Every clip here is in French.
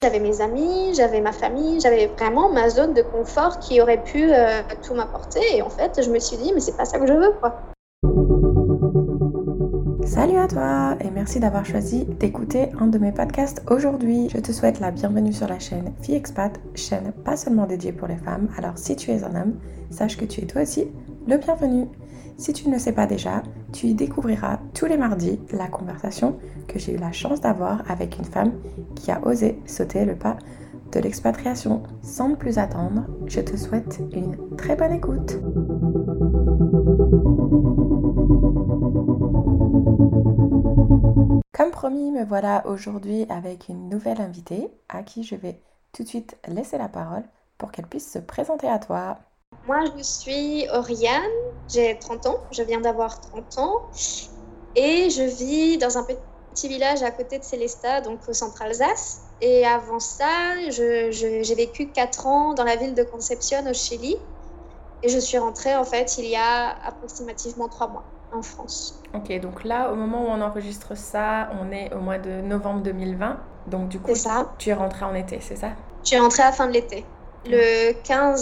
j'avais mes amis, j'avais ma famille, j'avais vraiment ma zone de confort qui aurait pu tout m'apporter. Et en fait, je me suis dit, mais c'est pas ça que je veux, quoi. Salut à toi et merci d'avoir choisi d'écouter un de mes podcasts aujourd'hui. Je te souhaite la bienvenue sur la chaîne Fille Expat, chaîne pas seulement dédiée pour les femmes. Alors si tu es un homme, sache que tu es toi aussi le bienvenu. Si tu ne le sais pas déjà, tu y découvriras tous les mardis la conversation que j'ai eu la chance d'avoir avec une femme qui a osé sauter le pas de l'expatriation. Sans plus attendre, je te souhaite une très bonne écoute. Comme promis, me voilà aujourd'hui avec une nouvelle invitée à qui je vais tout de suite laisser la parole pour qu'elle puisse se présenter à toi. Moi, je suis Oriane, j'ai 30 ans, je viens d'avoir 30 ans et je vis dans un petit village à côté de Sélestat, donc au centre Alsace. Et avant ça, j'ai vécu 4 ans dans la ville de Concepción au Chili et je suis rentrée en fait il y a approximativement 3 mois en France. Ok, donc là, au moment où on enregistre ça, on est au mois de novembre 2020. Donc du coup, C'est ça. tu es rentrée en été, c'est ça? Je suis rentrée à la fin de l'été, le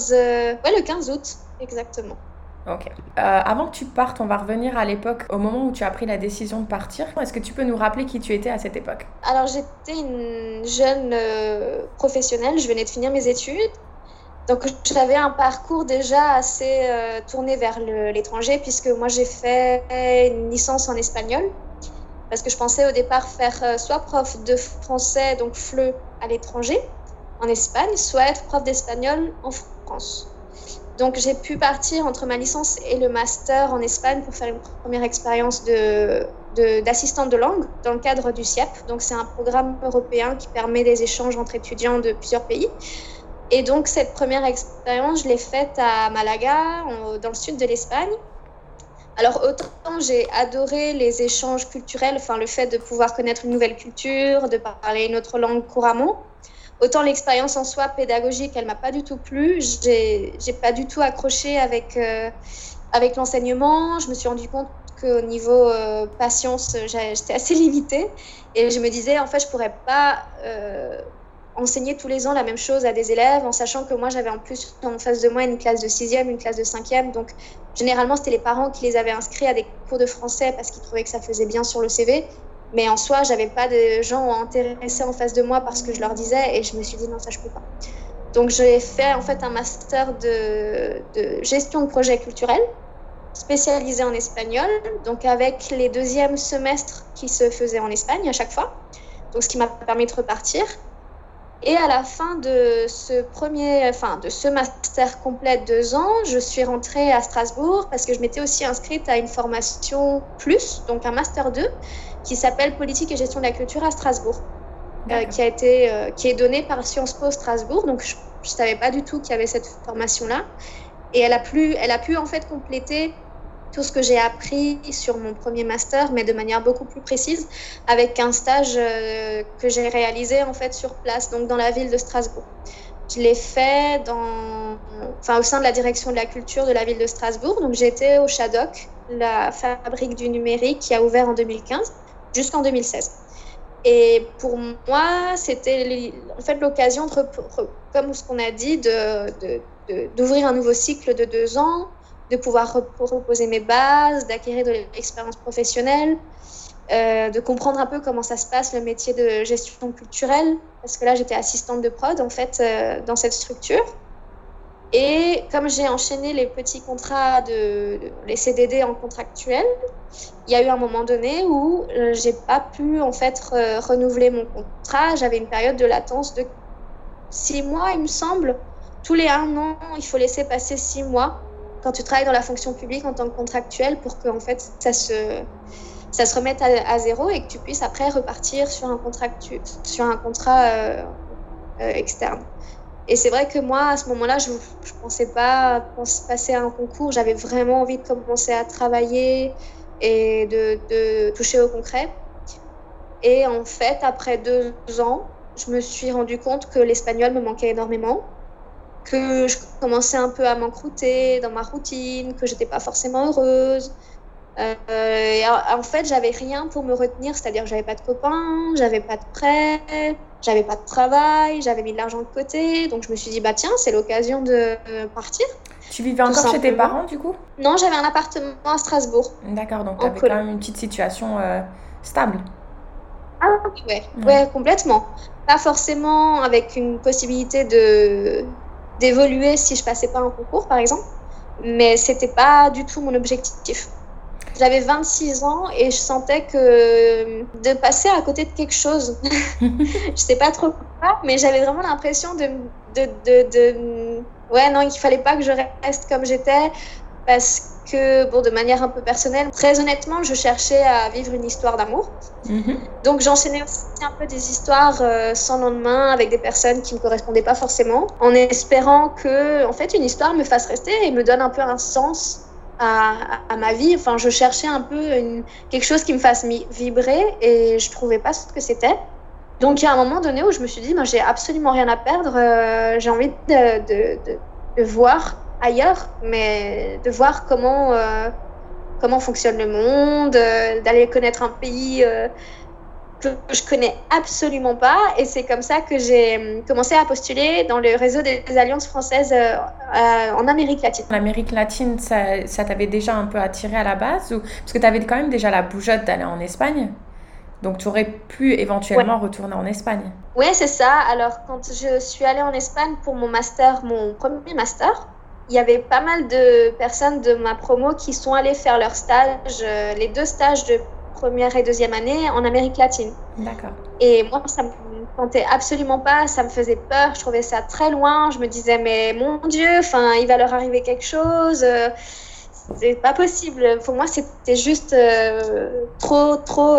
15 août exactement. Ok. Avant que tu partes, on va revenir à l'époque, au moment où tu as pris la décision de partir. Est-ce que tu peux nous rappeler qui tu étais à cette époque? Alors, j'étais une jeune professionnelle, je venais de finir mes études. Donc, j'avais un parcours déjà assez tourné vers l'étranger, puisque moi, j'ai fait une licence en espagnol, parce que je pensais au départ faire soit prof de français, donc FLE, à l'étranger, en Espagne, soit être prof d'espagnol en France. Donc, j'ai pu partir entre ma licence et le master en Espagne pour faire une première expérience d'assistante de langue dans le cadre du CIEP. Donc, c'est un programme européen qui permet des échanges entre étudiants de plusieurs pays. Et donc, cette première expérience, je l'ai faite à Malaga, dans le sud de l'Espagne. Alors, autant j'ai adoré les échanges culturels, enfin, le fait de pouvoir connaître une nouvelle culture, de parler une autre langue couramment. Autant l'expérience en soi pédagogique, elle m'a pas du tout plu. J'ai pas du tout accroché avec l'enseignement. Je me suis rendu compte qu'au niveau patience, j'étais assez limitée. Et je me disais, en fait, je pourrais pas enseigner tous les ans la même chose à des élèves, en sachant que moi, j'avais en plus en face de moi une classe de 6e, une classe de 5e. Donc, généralement, c'était les parents qui les avaient inscrits à des cours de français parce qu'ils trouvaient que ça faisait bien sur le CV. Mais en soi, j'avais pas de gens intéressés en face de moi parce que je leur disais, et je me suis dit non, ça je peux pas. Donc j'ai fait en fait un master de gestion de projet culturel spécialisé en espagnol, donc avec les deuxièmes semestres qui se faisaient en Espagne à chaque fois. Donc ce qui m'a permis de repartir. Et à la fin de ce master complet de 2 ans, je suis rentrée à Strasbourg parce que je m'étais aussi inscrite à une formation plus, donc un master 2, qui s'appelle Politique et gestion de la culture à Strasbourg, qui est donnée par Sciences Po Strasbourg. Donc je ne savais pas du tout qu'il y avait cette formation-là. Et elle a pu en fait compléter tout ce que j'ai appris sur mon premier master, mais de manière beaucoup plus précise, avec un stage que j'ai réalisé en fait sur place, donc dans la ville de Strasbourg. Je l'ai fait au sein de la direction de la culture de la ville de Strasbourg. Donc j'étais au Shadok, la fabrique du numérique qui a ouvert en 2015 jusqu'en 2016. Et pour moi, c'était en fait l'occasion, comme ce qu'on a dit, d'ouvrir un nouveau cycle de 2 ans, de pouvoir reposer mes bases, d'acquérir de l'expérience professionnelle, de comprendre un peu comment ça se passe, le métier de gestion culturelle, parce que là, j'étais assistante de prod, en fait, dans cette structure. Et comme j'ai enchaîné les petits contrats, les CDD en contractuel, il y a eu un moment donné où j'ai pas pu, en fait, renouveler mon contrat. J'avais une période de latence de 6 mois, il me semble. Tous les 1 an, il faut laisser passer 6 mois quand tu travailles dans la fonction publique en tant que contractuel pour que en fait, ça se remette à zéro et que tu puisses après repartir sur un contrat externe. Et c'est vrai que moi, à ce moment-là, je pensais pas passer à un concours. J'avais vraiment envie de commencer à travailler et de toucher au concret. Et en fait, après 2 ans, je me suis rendu compte que l'espagnol me manquait énormément, que je commençais un peu à m'encrouter dans ma routine, que j'étais pas forcément heureuse. Et en fait, j'avais rien pour me retenir, c'est-à-dire que j'avais pas de copains, j'avais pas de prêt, J'avais pas de travail, j'avais mis de l'argent de côté, donc je me suis dit, bah tiens, c'est l'occasion de partir. Tu vivais encore chez tes parents, du coup? Non, j'avais un appartement à Strasbourg. D'accord, donc tu avais quand même une petite situation stable. Ah ouais, complètement. Pas forcément avec une possibilité d'évoluer si je passais pas un concours, par exemple, mais c'était pas du tout mon objectif. J'avais 26 ans et je sentais que de passer à côté de quelque chose, je sais pas trop quoi, mais j'avais vraiment l'impression ouais, non, il fallait pas que je reste comme j'étais parce que, bon, de manière un peu personnelle, très honnêtement, je cherchais à vivre une histoire d'amour. Donc, j'enchaînais aussi un peu des histoires sans lendemain avec des personnes qui ne me correspondaient pas forcément, en espérant que, en fait, une histoire me fasse rester et me donne un peu un sens à ma vie. Enfin, je cherchais un peu quelque chose qui me fasse vibrer et je trouvais pas ce que c'était. Donc, il y a un moment donné où je me suis dit, j'ai absolument rien à perdre. J'ai envie de voir ailleurs, mais de voir comment fonctionne le monde, d'aller connaître un pays que je connais absolument pas. Et c'est comme ça que j'ai commencé à postuler dans le réseau des alliances françaises en Amérique latine. L'Amérique latine, ça t'avait déjà un peu attiré à la base Parce que tu avais quand même déjà la bougeotte d'aller en Espagne. Donc, tu aurais pu éventuellement retourner en Espagne. Oui, c'est ça. Alors, quand je suis allée en Espagne pour mon premier master, il y avait pas mal de personnes de ma promo qui sont allées faire leur stage, les 2 stages de première et deuxième année en Amérique latine. D'accord. Et moi, ça me tentait absolument pas, ça me faisait peur, je trouvais ça très loin. Je me disais, mais mon Dieu, il va leur arriver quelque chose. C'est pas possible. Pour moi, c'était juste trop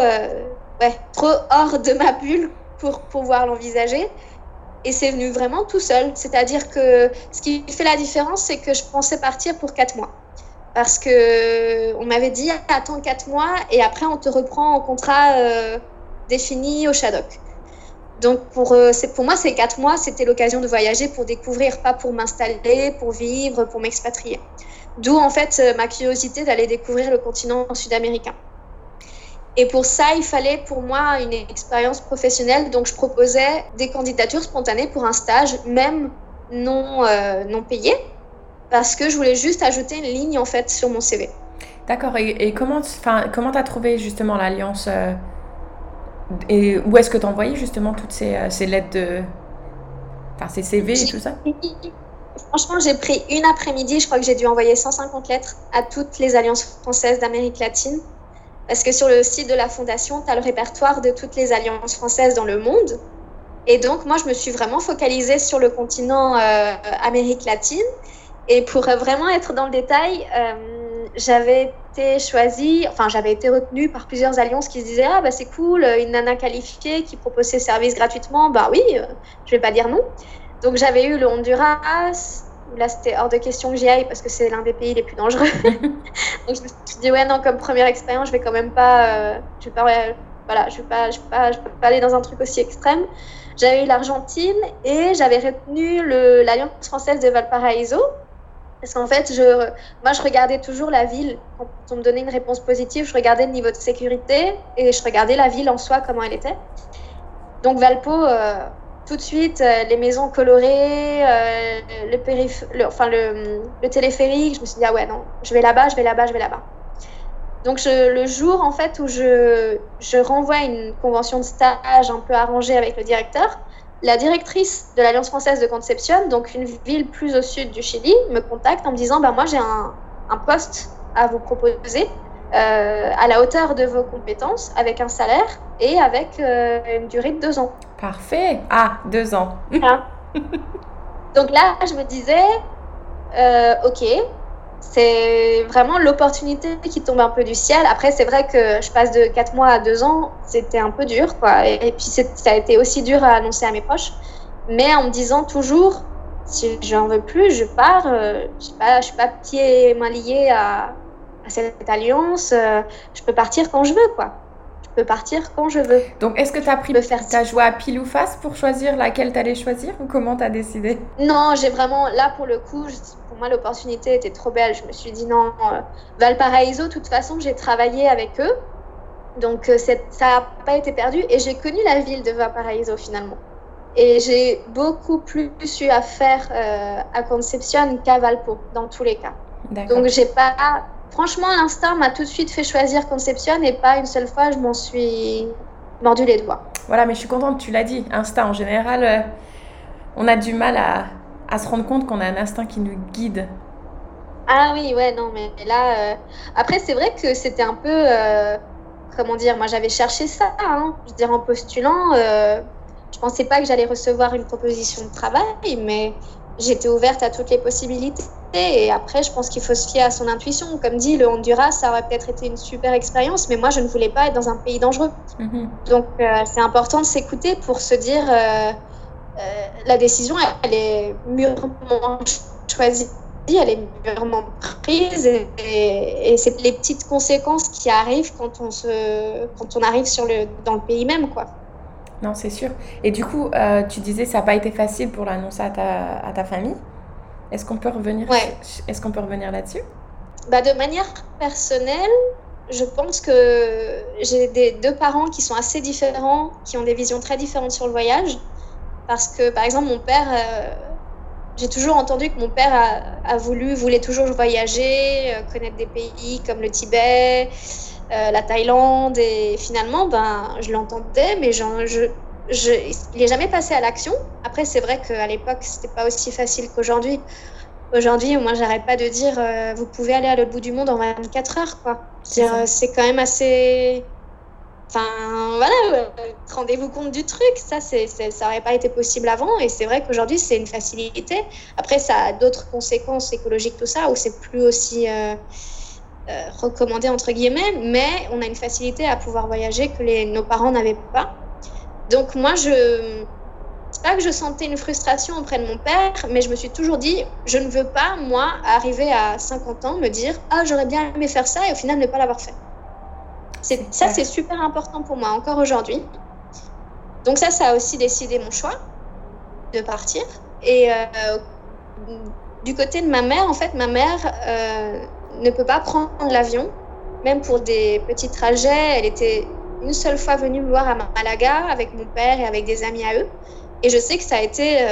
hors de ma bulle pour pouvoir l'envisager. Et c'est venu vraiment tout seul. C'est-à-dire que ce qui fait la différence, c'est que je pensais partir pour 4 mois. Parce qu'on m'avait dit, attends 4 mois et après, on te reprend en contrat défini au Shadok. Donc, pour moi, ces 4 mois, c'était l'occasion de voyager pour découvrir, pas pour m'installer, pour vivre, pour m'expatrier. D'où, en fait, ma curiosité d'aller découvrir le continent sud-américain. Et pour ça, il fallait pour moi une expérience professionnelle. Donc, je proposais des candidatures spontanées pour un stage, même non payé, parce que je voulais juste ajouter une ligne, en fait, sur mon CV. D'accord. Et comment tu as trouvé justement l'alliance et où est-ce que tu envoyais justement toutes ces lettres ces CV et tout ça? Franchement, j'ai pris une après-midi. Je crois que j'ai dû envoyer 150 lettres à toutes les alliances françaises d'Amérique latine. Parce que sur le site de la Fondation, tu as le répertoire de toutes les alliances françaises dans le monde. Et donc, moi, je me suis vraiment focalisée sur le continent Amérique latine. Et pour vraiment être dans le détail, j'avais été retenue par plusieurs alliances qui se disaient « Ah, bah, c'est cool, une nana qualifiée qui propose ses services gratuitement. » Bah oui, je vais pas dire non. Donc, j'avais eu le Honduras. Là, c'était hors de question que j'y aille parce que c'est l'un des pays les plus dangereux. Donc, je me suis dit, ouais, non, comme première expérience, je vais quand même pas... je peux pas aller dans un truc aussi extrême. J'avais eu l'Argentine et j'avais retenu l'Alliance française de Valparaiso. Parce qu'en fait, moi, je regardais toujours la ville. Quand on me donnait une réponse positive, je regardais le niveau de sécurité et je regardais la ville en soi, comment elle était. Donc, Valpo... tout de suite, les maisons colorées, le téléphérique, je me suis dit, ah ouais, non, je vais là-bas. Donc, le jour, en fait, où je renvoie une convention de stage un peu arrangée avec le directeur, la directrice de l'Alliance française de Concepción, donc une ville plus au sud du Chili, me contacte en me disant, moi, j'ai un poste à vous proposer à la hauteur de vos compétences, avec un salaire et avec une durée de 2 ans. Parfait. 2 ans. Voilà. Donc là, je me disais, ok, c'est vraiment l'opportunité qui tombe un peu du ciel. Après, c'est vrai que je passe de 4 mois à 2 ans, c'était un peu dur, quoi. Et puis, ça a été aussi dur à annoncer à mes proches. Mais en me disant toujours, si j'en veux plus, je pars. Je suis pas pieds et mains liés à cette alliance. Je peux partir quand je veux, quoi. Je peux partir quand je veux. Donc, est-ce que t'as joué à pile ou face pour choisir laquelle t'allais choisir ou comment t'as décidé? Non, j'ai vraiment, là pour le coup, pour moi l'opportunité était trop belle. Je me suis dit non, Valparaiso, de toute façon, j'ai travaillé avec eux. Donc, ça n'a pas été perdu et j'ai connu la ville de Valparaiso finalement. Et j'ai beaucoup plus eu à faire à Concepción qu'à Valpo, dans tous les cas. D'accord. Donc, j'ai pas... Franchement, l'instinct m'a tout de suite fait choisir Concepción et pas une seule fois, je m'en suis mordu les doigts. Voilà, mais je suis contente, tu l'as dit. Instinct, en général, on a du mal à se rendre compte qu'on a un instinct qui nous guide. Ah oui, ouais, non, mais là... Après, c'est vrai que c'était un peu... Comment dire, moi, j'avais cherché ça, hein. Je veux dire, en postulant... Je pensais pas que j'allais recevoir une proposition de travail, mais j'étais ouverte à toutes les possibilités. Et après, je pense qu'il faut se fier à son intuition. Comme dit, le Honduras, ça aurait peut-être été une super expérience, mais moi, je ne voulais pas être dans un pays dangereux. Donc, c'est important de s'écouter pour se dire la décision, elle est mûrement choisie, elle est mûrement prise, et c'est les petites conséquences qui arrivent quand on arrive dans le pays même, quoi. Non, c'est sûr. Et du coup, tu disais ça n'a pas été facile pour l'annoncer à ta famille. Est-ce qu'on peut revenir là-dessus? De manière personnelle, je pense que j'ai deux parents qui sont assez différents, qui ont des visions très différentes sur le voyage. Parce que, par exemple, mon père, j'ai toujours entendu que mon père voulait toujours voyager, connaître des pays comme le Tibet, la Thaïlande, et finalement, je l'entendais, mais il n'est jamais passé à l'action. Après, c'est vrai qu'à l'époque, c'était pas aussi facile qu'aujourd'hui. Aujourd'hui, moi, j'arrête pas de dire, vous pouvez aller à l'autre bout du monde en 24 heures, quoi. C'est quand même assez... Enfin, voilà, rendez-vous compte du truc. Ça n'aurait pas été possible avant, et c'est vrai qu'aujourd'hui, c'est une facilité. Après, ça a d'autres conséquences écologiques, tout ça, où c'est plus aussi... recommandé entre guillemets, mais on a une facilité à pouvoir voyager que nos parents n'avaient pas. Donc moi, c'est pas que je sentais une frustration auprès de mon père, mais je me suis toujours dit, je ne veux pas, moi, arriver à 50 ans, me dire, j'aurais bien aimé faire ça, et au final ne pas l'avoir fait. C'est super important pour moi, encore aujourd'hui. Donc ça a aussi décidé mon choix de partir. Et du côté de ma mère, en fait, ma mère ne peut pas prendre l'avion, même pour des petits trajets. Elle était une seule fois venue me voir à Malaga avec mon père et avec des amis à eux. Et je sais que ça a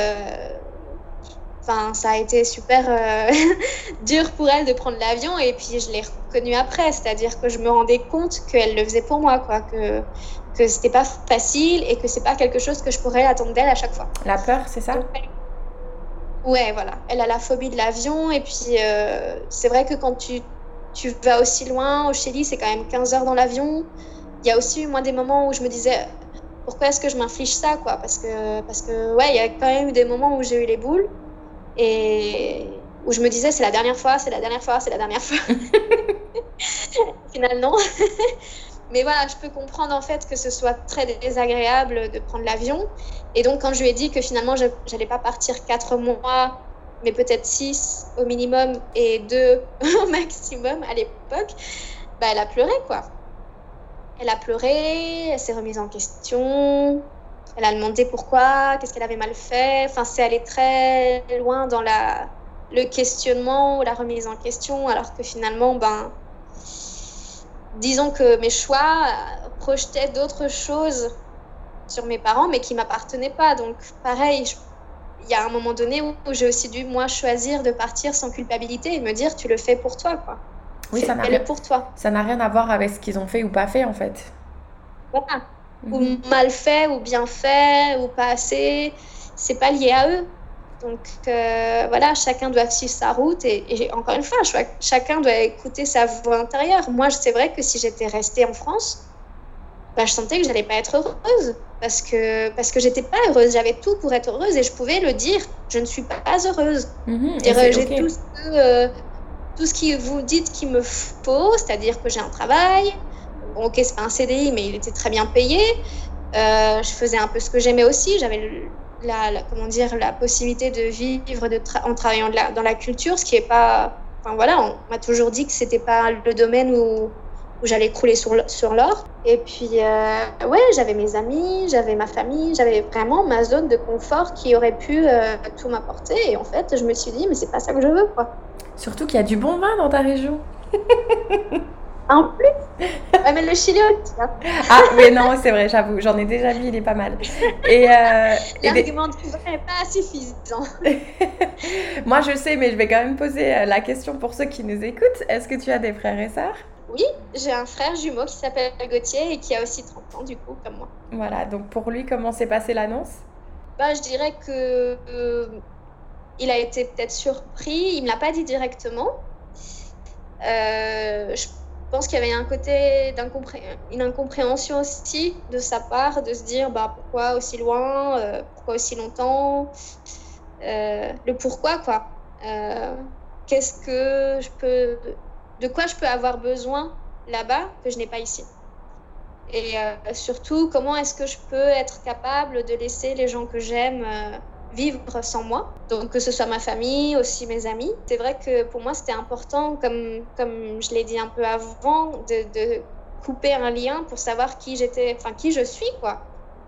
été super dur pour elle de prendre l'avion. Et puis je l'ai reconnue après, c'est-à-dire que je me rendais compte qu'elle le faisait pour moi, quoi, que c'était pas facile et que c'est pas quelque chose que je pourrais attendre d'elle à chaque fois. La peur, c'est ça? Ouais, voilà. Elle a la phobie de l'avion. Et puis, c'est vrai que quand tu vas aussi loin, au Chili, c'est quand même 15 heures dans l'avion. Il y a aussi eu, moi, des moments où je me disais, pourquoi est-ce que je m'inflige ça, quoi? Parce que, ouais, il y a quand même eu des moments où j'ai eu les boules et où je me disais, c'est la dernière fois. Finalement. Mais voilà, je peux comprendre en fait que ce soit très désagréable de prendre l'avion. Et donc, quand je lui ai dit que finalement, je n'allais pas partir 4 mois, mais peut-être 6 au minimum et 2 au maximum à l'époque, elle a pleuré, quoi. Elle a pleuré, elle s'est remise en question, elle a demandé pourquoi, qu'est-ce qu'elle avait mal fait. Enfin, c'est allé très loin dans le questionnement ou la remise en question, alors que finalement, disons que mes choix projetaient d'autres choses sur mes parents, mais qui ne m'appartenaient pas. Donc, pareil, il y a un moment donné où j'ai aussi dû, moi, choisir de partir sans culpabilité et me dire, tu le fais pour toi, quoi. Oui, fais-le pour toi. Ça n'a rien à voir avec ce qu'ils ont fait ou pas fait, en fait. Voilà. Ou mal fait, ou bien fait, ou pas assez. C'est pas lié à eux. Donc, voilà, chacun doit suivre sa route. Et encore une fois, chacun doit écouter sa voix intérieure. Moi, c'est vrai que si j'étais restée en France, je sentais que j'allais pas être heureuse. Parce que j'étais pas heureuse. J'avais tout pour être heureuse et je pouvais le dire. Je ne suis pas heureuse. J'ai tout ce que vous dites qu'il me faut, c'est-à-dire que j'ai un travail. Bon, ok, c'est pas un CDI, mais il était très bien payé. Je faisais un peu ce que j'aimais aussi. J'avais la possibilité de vivre en travaillant dans la culture, ce qui est pas... Enfin voilà, on m'a toujours dit que c'était pas le domaine où j'allais crouler sur l'or. Et puis, ouais, j'avais mes amis, j'avais ma famille, j'avais vraiment ma zone de confort qui aurait pu tout m'apporter. Et en fait, je me suis dit, mais c'est pas ça que je veux, quoi. Surtout qu'il y a du bon vin dans ta région. En plus, ouais, mais le Chili aussi, hein. Ah, mais non, c'est vrai, j'avoue, j'en ai déjà vu, il est pas mal. L'argument du vin n'est pas suffisant. Moi, je sais, mais je vais quand même poser la question pour ceux qui nous écoutent. Est-ce que tu as des frères et sœurs? Oui, j'ai un frère jumeau qui s'appelle Gauthier et qui a aussi 30 ans, du coup, comme moi. Voilà, donc pour lui, comment s'est passée l'annonce? Bah, je dirais que il a été peut-être surpris. Il me l'a pas dit directement. Je pense qu'il y avait un côté une incompréhension aussi de sa part, de se dire bah, pourquoi aussi loin, pourquoi aussi longtemps, le pourquoi quoi. Qu'est-ce que de quoi je peux avoir besoin là-bas que je n'ai pas ici. Et surtout, comment est-ce que je peux être capable de laisser les gens que j'aime vivre sans moi. Donc que ce soit ma famille, aussi mes amis. C'est vrai que pour moi, c'était important, comme je l'ai dit un peu avant, de couper un lien pour savoir qui j'étais, enfin qui je suis, quoi.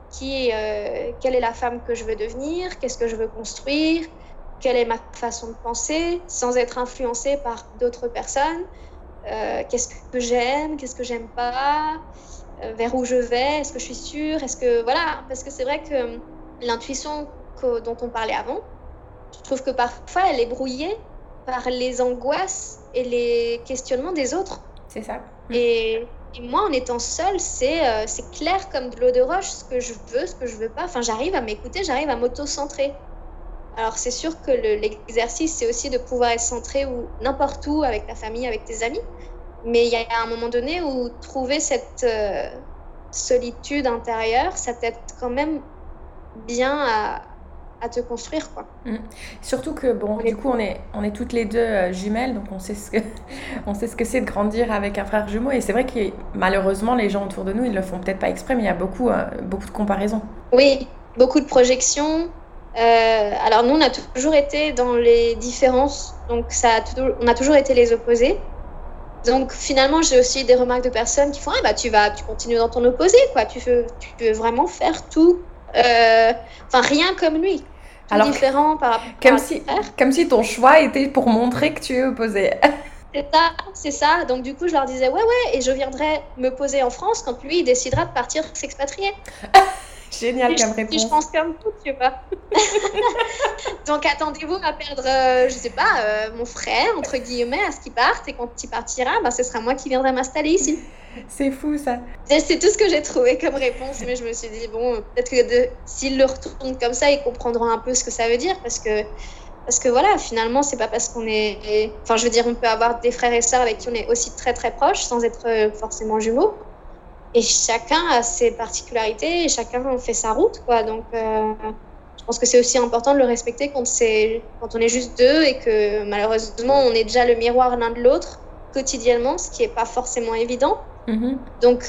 Quelle est la femme que je veux devenir, qu'est-ce que je veux construire, quelle est ma façon de penser, sans être influencée par d'autres personnes. Qu'est-ce que j'aime, qu'est-ce que j'aime pas, vers où je vais, est-ce que je suis sûre, est-ce que voilà, parce que c'est vrai que l'intuition dont on parlait avant, je trouve que parfois elle est brouillée par les angoisses et les questionnements des autres. C'est ça. Et moi, en étant seule, c'est clair comme de l'eau de roche, ce que je veux, ce que je veux pas. Enfin, j'arrive à m'écouter, j'arrive à m'auto-centrer. Alors, c'est sûr que l'exercice, c'est aussi de pouvoir être centré n'importe où, avec ta famille, avec tes amis. Mais il y a un moment donné où trouver cette solitude intérieure, ça t'aide quand même bien à te construire, quoi. Surtout que bon, du coup, on est toutes les deux jumelles, donc on sait ce que c'est de grandir avec un frère jumeau. Et c'est vrai que malheureusement, les gens autour de nous, ils le font peut-être pas exprès, mais il y a beaucoup de comparaisons. Oui, beaucoup de projections. Alors nous, on a toujours été dans les différences, donc on a toujours été les opposés. Donc finalement, j'ai aussi des remarques de personnes qui font ah bah tu continues dans ton opposé, quoi. Tu veux vraiment faire tout, enfin rien comme lui. Alors, différent par rapport comme si ton choix était pour montrer que tu es opposé. C'est ça. Donc du coup, je leur disais ouais, et je viendrai me poser en France quand lui il décidera de partir s'expatrier. Génial comme réponse. Je pense comme tout, tu vois. Donc attendez-vous à perdre, je sais pas, mon frère, entre guillemets, à ce qu'il parte. Et quand il partira, bah, ce sera moi qui viendrai m'installer ici. C'est fou ça. C'est tout ce que j'ai trouvé comme réponse. Mais je me suis dit, bon, peut-être que s'ils le retournent comme ça, ils comprendront un peu ce que ça veut dire. Parce que voilà, finalement, c'est pas parce qu'on est... Enfin, je veux dire, on peut avoir des frères et sœurs avec qui on est aussi très très proches sans être forcément jumeaux. Et chacun a ses particularités et chacun fait sa route, quoi. Donc, je pense que c'est aussi important de le respecter quand on est juste deux et que malheureusement, on est déjà le miroir l'un de l'autre quotidiennement, ce qui n'est pas forcément évident. Mm-hmm. Donc,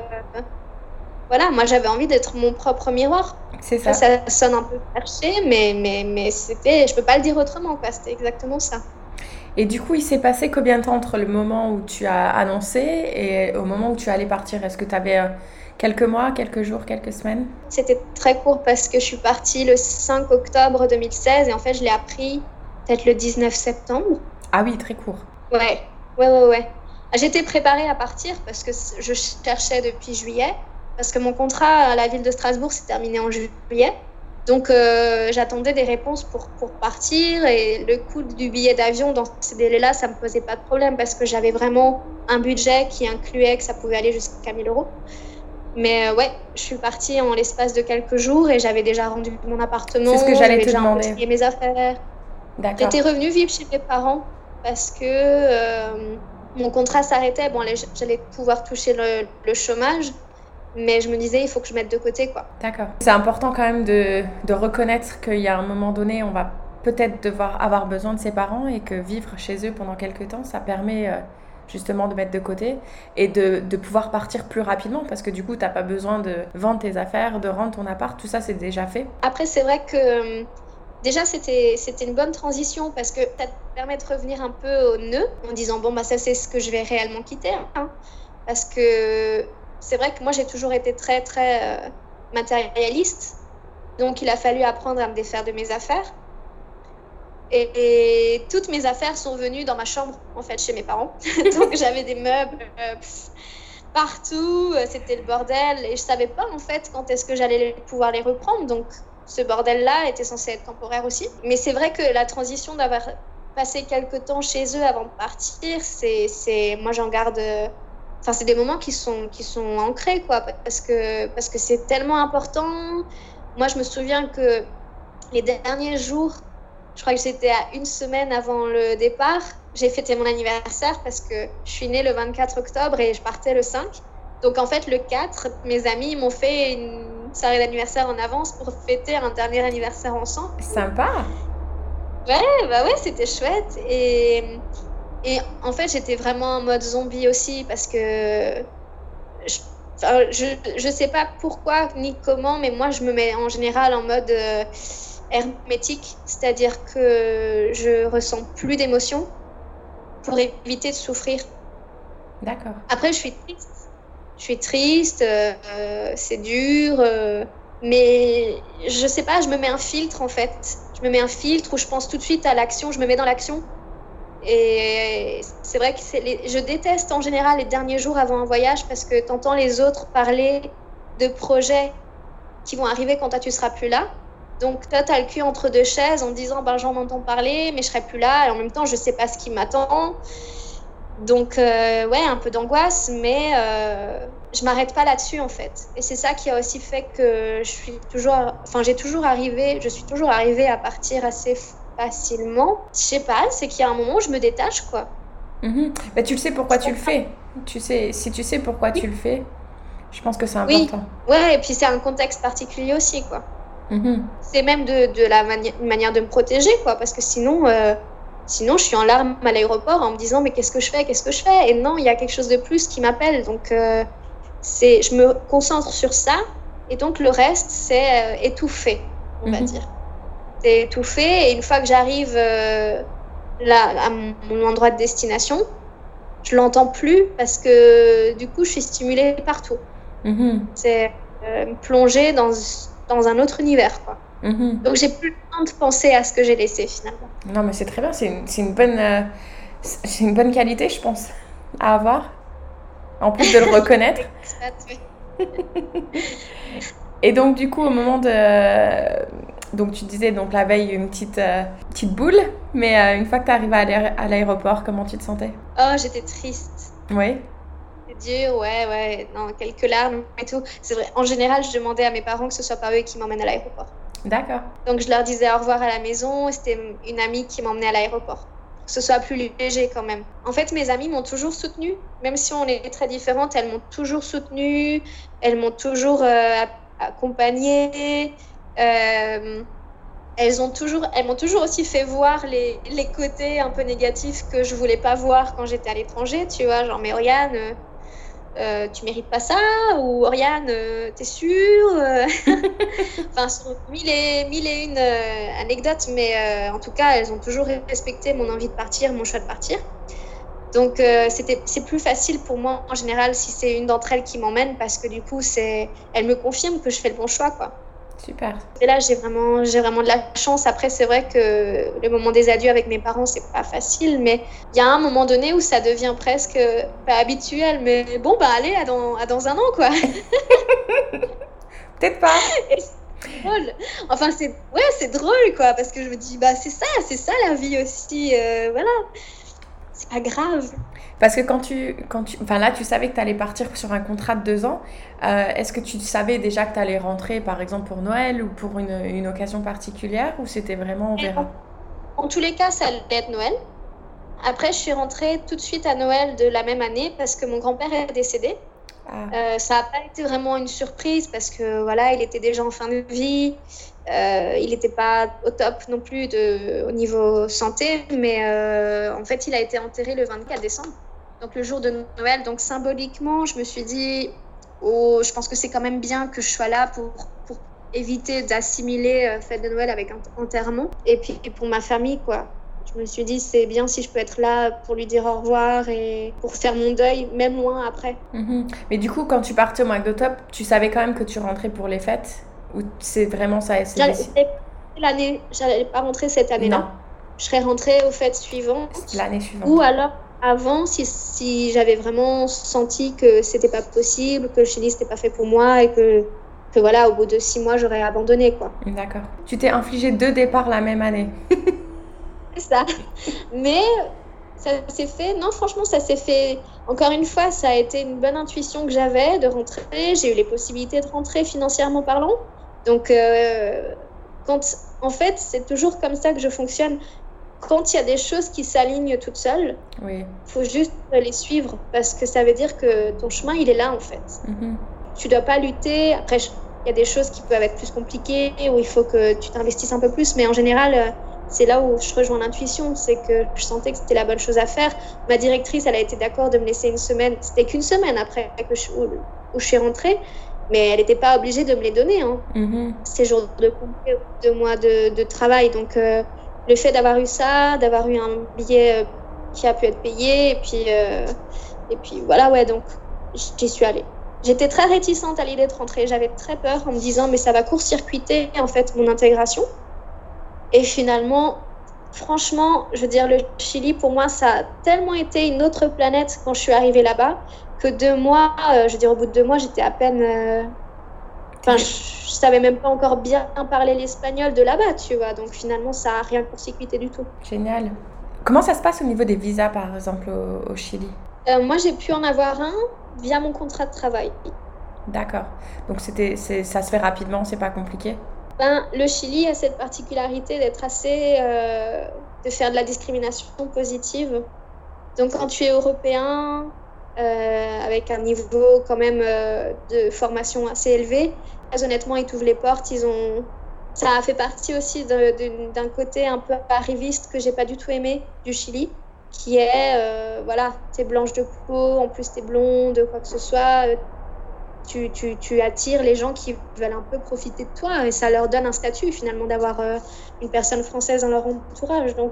voilà, moi, j'avais envie d'être mon propre miroir. C'est ça. Ça sonne un peu perché, mais je peux pas le dire autrement, quoi. C'était exactement ça. Et du coup, il s'est passé combien de temps entre le moment où tu as annoncé et au moment où tu allais partir? Est-ce que tu avais quelques mois, quelques jours, quelques semaines? C'était très court parce que je suis partie le 5 octobre 2016 et en fait, je l'ai appris peut-être le 19 septembre. Ah oui, très court. Ouais. J'étais préparée à partir parce que je cherchais depuis juillet parce que mon contrat à la ville de Strasbourg s'est terminé en juillet. Donc, j'attendais des réponses pour partir et le coût du billet d'avion dans ces délais-là, ça ne me posait pas de problème parce que j'avais vraiment un budget qui incluait que ça pouvait aller jusqu'à 1 000 €. Mais ouais, je suis partie en l'espace de quelques jours et j'avais déjà rendu mon appartement. C'est ce que j'allais te demander. J'avais déjà mes affaires. D'accord. J'étais revenue vivre chez mes parents parce que mon contrat s'arrêtait. Bon, j'allais pouvoir toucher le chômage. Mais je me disais, il faut que je mette de côté, quoi. D'accord. C'est important quand même de reconnaître qu'il y a un moment donné, on va peut-être devoir avoir besoin de ses parents et que vivre chez eux pendant quelques temps, ça permet justement de mettre de côté et de pouvoir partir plus rapidement parce que du coup, tu n'as pas besoin de vendre tes affaires, de rendre ton appart, tout ça, c'est déjà fait. Après, c'est vrai que déjà, c'était une bonne transition parce que ça te permet de revenir un peu au nœud en disant, bon, bah ça, c'est ce que je vais réellement quitter. Hein, parce que... C'est vrai que moi, j'ai toujours été très, très matérialiste. Donc, il a fallu apprendre à me défaire de mes affaires. Et toutes mes affaires sont venues dans ma chambre, en fait, chez mes parents. Donc, j'avais des meubles partout, c'était le bordel. Et je savais pas, en fait, quand est-ce que j'allais pouvoir les reprendre. Donc, ce bordel-là était censé être temporaire aussi. Mais c'est vrai que la transition d'avoir passé quelques temps chez eux avant de partir, moi, j'en garde... Enfin, c'est des moments qui sont ancrés, quoi, parce que c'est tellement important. Moi, je me souviens que les derniers jours, je crois que j'étais à une semaine avant le départ, j'ai fêté mon anniversaire parce que je suis née le 24 octobre et je partais le 5. Donc, en fait, le 4, mes amis m'ont fait une soirée d'anniversaire en avance pour fêter un dernier anniversaire ensemble. Sympa. Ouais, c'était chouette. Et en fait, j'étais vraiment en mode zombie aussi parce que je sais pas pourquoi ni comment, mais moi, je me mets en général en mode hermétique, c'est-à-dire que je ressens plus d'émotions pour éviter de souffrir. D'accord. Après, je suis triste, c'est dur, mais je sais pas, je me mets un filtre en fait. Je me mets un filtre où je pense tout de suite à l'action, je me mets dans l'action. Et c'est vrai que je déteste en général les derniers jours avant un voyage parce que t'entends les autres parler de projets qui vont arriver quand toi tu seras plus là. Donc toi t'as le cul entre deux chaises en disant j'en entends parler mais je serai plus là et en même temps je sais pas ce qui m'attend. Donc un peu d'angoisse mais je m'arrête pas là-dessus en fait. Et c'est ça qui a aussi fait que je suis toujours arrivée à partir assez facilement. Je sais pas, c'est qu'il y a un moment où je me détache, quoi. Bah, tu le sais pourquoi tu le fais. Si tu sais pourquoi tu le fais, je pense que c'est important. Oui, ouais, et puis c'est un contexte particulier aussi, quoi. C'est même une manière de me protéger, quoi, parce que sinon, je suis en larmes à l'aéroport en me disant mais qu'est-ce que je fais? Et non, il y a quelque chose de plus qui m'appelle, donc je me concentre sur ça, et donc le reste, c'est étouffé, on va dire. C'est étouffé, et une fois que j'arrive à mon endroit de destination, je l'entends plus parce que du coup je suis stimulée partout. C'est me plonger dans un autre univers, quoi. Donc j'ai plus le temps de penser à ce que j'ai laissé finalement. Non mais c'est très bien, c'est une bonne qualité je pense à avoir, en plus de le reconnaître. Et donc du coup au moment donc tu disais donc la veille une petite boule, mais une fois que tu arrives à l'aéroport, comment tu te sentais? Oh, j'étais triste. Oui. C'est dur, ouais, non, quelques larmes et tout. C'est vrai, en général, je demandais à mes parents que ce soit pas eux qui m'emmènent à l'aéroport. D'accord. Donc je leur disais au revoir à la maison, et c'était une amie qui m'emmenait à l'aéroport. Que ce soit plus léger quand même. En fait, mes amies m'ont toujours soutenue, même si on est très différentes, elles m'ont toujours soutenue, elles m'ont toujours accompagnée. Elles m'ont toujours aussi fait voir les côtés un peu négatifs que je voulais pas voir quand j'étais à l'étranger, tu vois, genre mais Oriane, tu mérites pas ça, ou Oriane, t'es sûre? Enfin, sur mille et une anecdotes, mais en tout cas, elles ont toujours respecté mon envie de partir, mon choix de partir. Donc c'est plus facile pour moi en général si c'est une d'entre elles qui m'emmène, parce que du coup elle me confirme que je fais le bon choix, quoi. Super. Et là j'ai vraiment de la chance. Après c'est vrai que le moment des adieux avec mes parents c'est pas facile, mais il y a un moment donné où ça devient presque pas habituel, mais bon bah allez à dans un an, quoi. Peut-être pas. Et c'est drôle. Enfin c'est drôle, quoi, parce que je me dis bah c'est ça la vie aussi, voilà. C'est pas grave. Parce que enfin là, tu savais que tu allais partir sur un contrat de 2 ans. Est-ce que tu savais déjà que tu allais rentrer, par exemple, pour Noël ou pour une occasion particulière, ou c'était vraiment on verra? En tous les cas, ça allait être Noël. Après, je suis rentrée tout de suite à Noël de la même année parce que mon grand-père est décédé. Ça n'a pas été vraiment une surprise parce que voilà, il était déjà en fin de vie. Il n'était pas au top non plus au niveau santé, mais en fait, il a été enterré le 24 décembre, donc le jour de Noël. Donc symboliquement, je me suis dit, je pense que c'est quand même bien que je sois là pour éviter d'assimiler fête de Noël avec enterrement. Et puis pour ma famille, quoi. Je me suis dit, c'est bien si je peux être là pour lui dire au revoir et pour faire mon deuil, même loin après. Mais du coup, quand tu partais au mois d'octobre, tu savais quand même que tu rentrais pour les fêtes? Ou c'est vraiment ça? J'allais pas rentrer cette année-là. je serais rentrée aux fêtes suivantes. L'année suivante. Ou alors avant, si j'avais vraiment senti que c'était pas possible, que le Chili c'était pas fait pour moi et que voilà, au bout de 6 mois, j'aurais abandonné, quoi. D'accord. Tu t'es infligé 2 départs la même année. C'est ça. Mais ça s'est fait... Non, franchement, ça s'est fait... Encore une fois, ça a été une bonne intuition que j'avais de rentrer. J'ai eu les possibilités de rentrer financièrement parlant. Donc, en fait, c'est toujours comme ça que je fonctionne. Quand il y a des choses qui s'alignent toutes seules, oui. Faut juste les suivre parce que ça veut dire que ton chemin, il est là, en fait. Mm-hmm. Tu dois pas lutter. Après, il y a des choses qui peuvent être plus compliquées où il faut que tu t'investisses un peu plus. Mais en général, c'est là où je rejoins l'intuition. C'est que je sentais que c'était la bonne chose à faire. Ma directrice, elle a été d'accord de me laisser une semaine. C'était qu'une semaine après où je suis rentrée. Mais elle n'était pas obligée de me les donner, hein. Mm-hmm. Ces jours de congé, 2 mois de travail. Donc, le fait d'avoir eu ça, d'avoir eu un billet qui a pu être payé, et puis voilà, ouais, donc j'y suis allée. J'étais très réticente à l'idée de rentrer. J'avais très peur en me disant, mais ça va court-circuiter, en fait, mon intégration. Et finalement, franchement, je veux dire, le Chili, pour moi, ça a tellement été une autre planète quand je suis arrivée là-bas, que 2 mois, je veux dire, au bout de 2 mois, j'étais à peine... je savais même pas encore bien parler l'espagnol de là-bas, tu vois. Donc finalement, ça a rien court-circuité du tout. Génial. Comment ça se passe au niveau des visas, par exemple, au Chili ? Moi, j'ai pu en avoir un via mon contrat de travail. D'accord. Donc ça se fait rapidement, c'est pas compliqué ? Le Chili a cette particularité d'être assez... de faire de la discrimination positive. Donc quand tu es européen... avec un niveau quand même de formation assez élevé. Très honnêtement, ils t'ouvrent les portes. Ça a fait partie aussi d'un côté un peu arriviste que j'ai pas du tout aimé du Chili, qui est, voilà, t'es blanche de peau, en plus t'es blonde, quoi que ce soit, tu attires les gens qui veulent un peu profiter de toi et ça leur donne un statut finalement d'avoir une personne française dans leur entourage. Donc,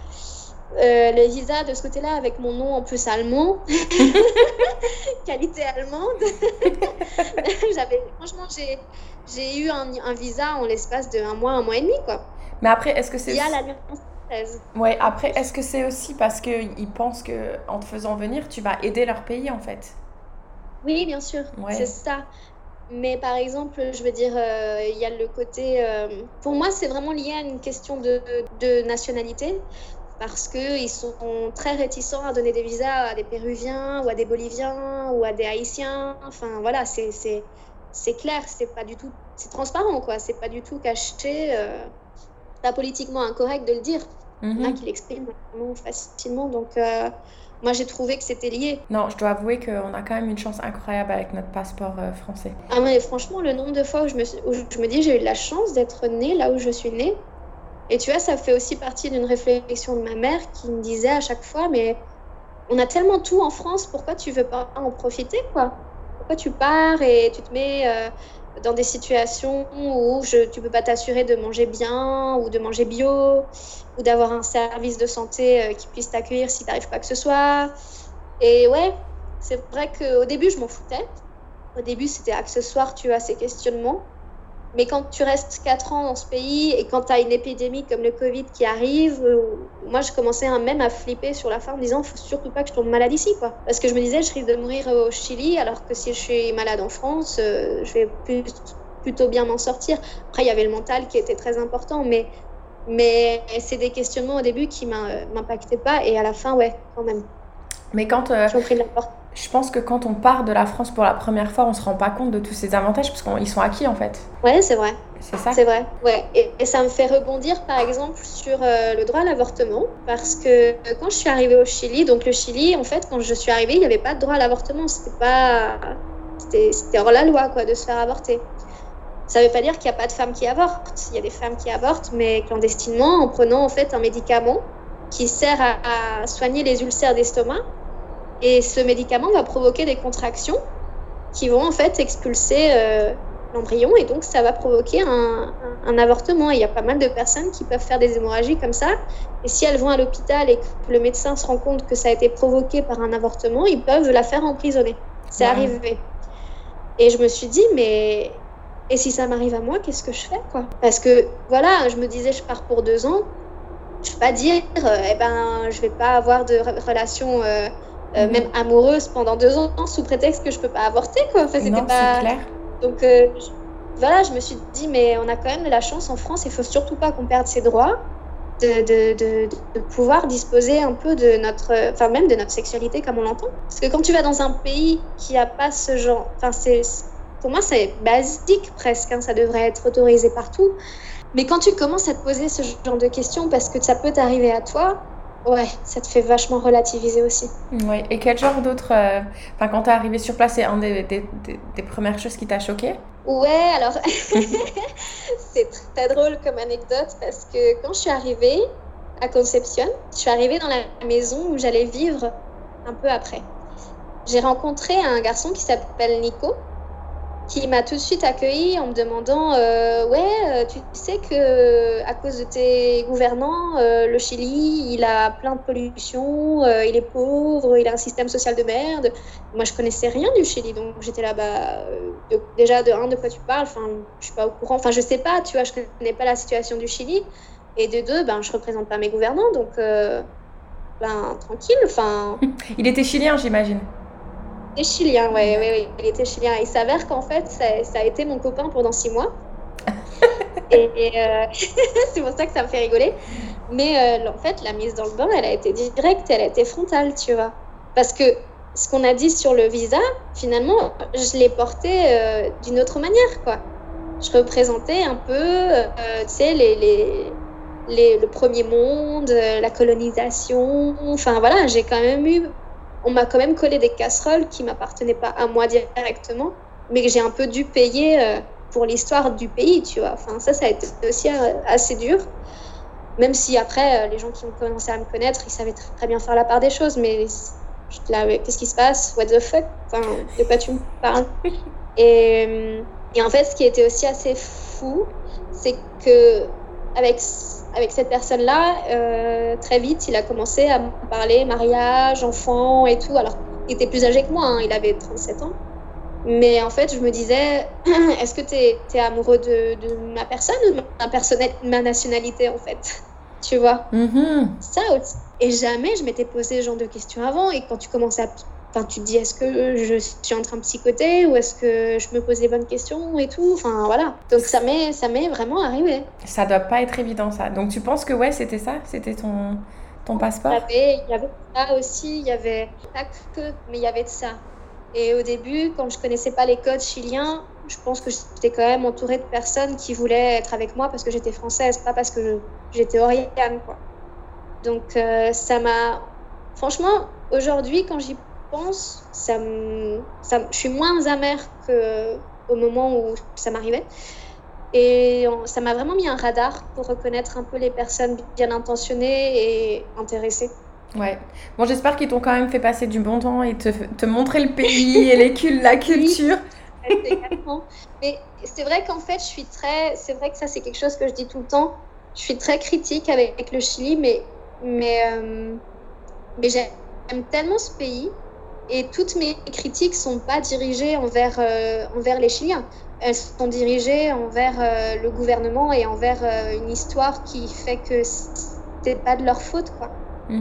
le visa de ce côté-là avec mon nom en plus allemand, qualité allemande. Franchement, j'ai eu un visa en l'espace de 1 mois, 1 mois et demi, quoi. Mais après, est-ce que c'est... Il y a l'alliance française. Ouais, après, est-ce que c'est aussi parce qu'ils pensent qu'en te faisant venir, tu vas aider leur pays, en fait ? Oui, bien sûr, ouais. C'est ça. Mais par exemple, je veux dire, il y a le côté... pour moi, c'est vraiment lié à une question de nationalité. Parce qu'ils sont très réticents à donner des visas à des Péruviens ou à des Boliviens ou à des Haïtiens. Enfin, voilà, c'est clair, c'est pas du tout... C'est transparent, quoi. C'est pas du tout caché. Pas politiquement incorrect de le dire. Il y en a qui l'expriment vraiment facilement. Donc, moi, j'ai trouvé que c'était lié. Non, je dois avouer qu'on a quand même une chance incroyable avec notre passeport français. Ah, mais franchement, le nombre de fois où je me dis j'ai eu de la chance d'être née là où je suis née. Et tu vois, ça fait aussi partie d'une réflexion de ma mère qui me disait à chaque fois, mais on a tellement tout en France, pourquoi tu veux pas en profiter, quoi ? Pourquoi tu pars et tu te mets dans des situations où tu peux pas t'assurer de manger bien ou de manger bio ou d'avoir un service de santé qui puisse t'accueillir si t'arrives pas que ce soit. Et ouais, c'est vrai qu'au début, je m'en foutais. Au début, c'était accessoire, tu as ces questionnements. Mais quand tu restes 4 ans dans ce pays et quand tu as une épidémie comme le Covid qui arrive, moi je commençais même à flipper sur la fin en me disant faut surtout pas que je tombe malade ici, quoi. Parce que je me disais je risque de mourir au Chili alors que si je suis malade en France, je vais plutôt bien m'en sortir. Après il y avait le mental qui était très important, mais c'est des questionnements au début qui m'impactaient pas et à la fin ouais quand même. Mais quand j'ai pris de la porte. Je pense que quand on part de la France pour la première fois, on se rend pas compte de tous ces avantages parce qu'ils sont acquis en fait. Ouais, c'est vrai. C'est ça. C'est vrai, ouais. Et ça me fait rebondir par exemple sur le droit à l'avortement parce que quand je suis arrivée au Chili, donc le Chili, en fait, quand je suis arrivée, il n'y avait pas de droit à l'avortement. C'était hors la loi, quoi, de se faire avorter. Ça ne veut pas dire qu'il n'y a pas de femmes qui avortent. Il y a des femmes qui avortent, mais clandestinement, en prenant en fait un médicament qui sert à soigner les ulcères d'estomac. Et ce médicament va provoquer des contractions qui vont en fait expulser l'embryon et donc ça va provoquer un avortement. Et il y a pas mal de personnes qui peuvent faire des hémorragies comme ça. Et si elles vont à l'hôpital et que le médecin se rend compte que ça a été provoqué par un avortement, ils peuvent la faire emprisonner. C'est arrivé. Et je me suis dit, mais et si ça m'arrive à moi, qu'est-ce que je fais, quoi ? Parce que voilà, je me disais, je pars pour 2 ans. je peux pas dire, je vais pas avoir de relation même amoureuse pendant 2 ans sous prétexte que je peux pas avorter, quoi. Enfin, c'était Non, pas... c'est clair. Donc, voilà, je me suis dit, mais on a quand même de la chance en France, il faut surtout pas qu'on perde ses droits de pouvoir disposer un peu de notre, enfin même de notre sexualité comme on l'entend. Parce que quand tu vas dans un pays qui a pas ce genre, enfin pour moi c'est basique presque, hein, ça devrait être autorisé partout. Mais quand tu commences à te poser ce genre de questions parce que ça peut t'arriver à toi, ouais, ça te fait vachement relativiser aussi. Ouais. Et quel genre d'autres... Enfin, quand t'es arrivée sur place, c'est un des premières choses qui t'a choquée? Ouais, alors c'est très drôle comme anecdote parce que quand je suis arrivée à Concepción, je suis arrivée dans la maison où j'allais vivre un peu après. J'ai rencontré un garçon qui s'appelle Nico, qui m'a tout de suite accueillie en me demandant tu sais que à cause de tes gouvernants, le Chili, il a plein de pollution, il est pauvre, il a un système social de merde. Moi, je connaissais rien du Chili, donc j'étais là, déjà de quoi tu parles, enfin, je suis pas au courant, enfin, je sais pas, tu vois, je connais pas la situation du Chili, et de deux, je représente pas mes gouvernants, donc tranquille, enfin. Il était chilien, j'imagine. Il était chilien, ouais, il était chilien. Il s'avère qu'en fait, ça a été mon copain pendant 6 mois. et c'est pour ça que ça me fait rigoler. Mais en fait, la mise dans le bain, elle a été directe, elle a été frontale, tu vois. Parce que ce qu'on a dit sur le visa, finalement, je l'ai porté d'une autre manière, quoi. Je représentais un peu, tu sais, le premier monde, la colonisation. Enfin, voilà, on m'a quand même collé des casseroles qui ne m'appartenaient pas à moi directement, mais que j'ai un peu dû payer pour l'histoire du pays, tu vois. Enfin, ça a été aussi assez dur. Même si après, les gens qui ont commencé à me connaître, ils savaient très bien faire la part des choses, mais j'étais là, qu'est-ce qui se passe? What the fuck? Enfin, de quoi tu me parles? Et en fait, ce qui était aussi assez fou, c'est que avec cette personne-là, très vite, il a commencé à me parler mariage, enfant et tout. Alors, il était plus âgé que moi, hein, il avait 37 ans. Mais en fait, je me disais, est-ce que t'es amoureux de ma personne ou de ma nationalité, en fait? Tu vois? Ça aussi. Et jamais je m'étais posé ce genre de questions avant. Et quand tu commences Enfin, tu te dis, est-ce que je suis en train de psychoter ou est-ce que je me pose les bonnes questions et tout? Enfin, voilà. Donc, ça m'est vraiment arrivé. Ça doit pas être évident, ça. Donc, tu penses que, ouais, c'était ça? C'était ton passeport? Il y avait ça aussi. Il y avait pas que, mais il y avait de ça. Et au début, quand je connaissais pas les codes chiliens, je pense que j'étais quand même entourée de personnes qui voulaient être avec moi parce que j'étais française, pas parce que j'étais orientale, quoi. Donc, ça m'a... Franchement, aujourd'hui, quand j'y pense, je suis moins amère qu'au moment où ça m'arrivait. Et ça m'a vraiment mis un radar pour reconnaître un peu les personnes bien intentionnées et intéressées. Ouais. Bon, j'espère qu'ils t'ont quand même fait passer du bon temps et te montrer le pays et la culture. Oui, également. Mais c'est vrai qu'en fait, c'est vrai que ça, c'est quelque chose que je dis tout le temps. Je suis très critique avec le Chili, mais j'aime tellement ce pays. Et toutes mes critiques ne sont pas dirigées envers les Chiliens. Elles sont dirigées envers le gouvernement et envers une histoire qui fait que c'est pas de leur faute, quoi.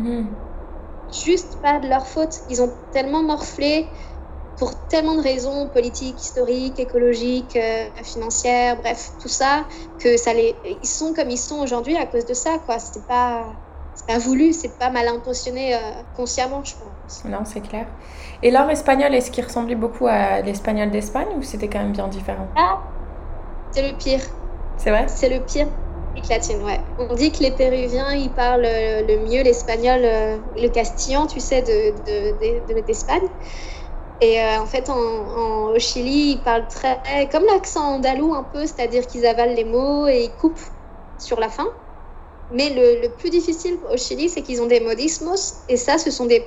Juste pas de leur faute. Ils ont tellement morflé pour tellement de raisons politiques, historiques, écologiques, financières, bref, tout ça, que ils sont comme ils sont aujourd'hui à cause de ça, quoi. C'est pas voulu, c'est pas mal intentionné consciemment, je pense. Non, c'est clair. Et l'art espagnol, est-ce qu'il ressemblait beaucoup à l'espagnol d'Espagne ou c'était quand même bien différent? Ah, c'est le pire. C'est vrai? C'est le pire d'Amérique latine, ouais. On dit que les Péruviens, ils parlent le mieux l'espagnol, le castillan, tu sais, d'Espagne. Et en fait, au Chili, ils parlent très... comme l'accent andalou un peu, c'est-à-dire qu'ils avalent les mots et ils coupent sur la fin. Mais le plus difficile au Chili, c'est qu'ils ont des modismos, et ça, ce sont des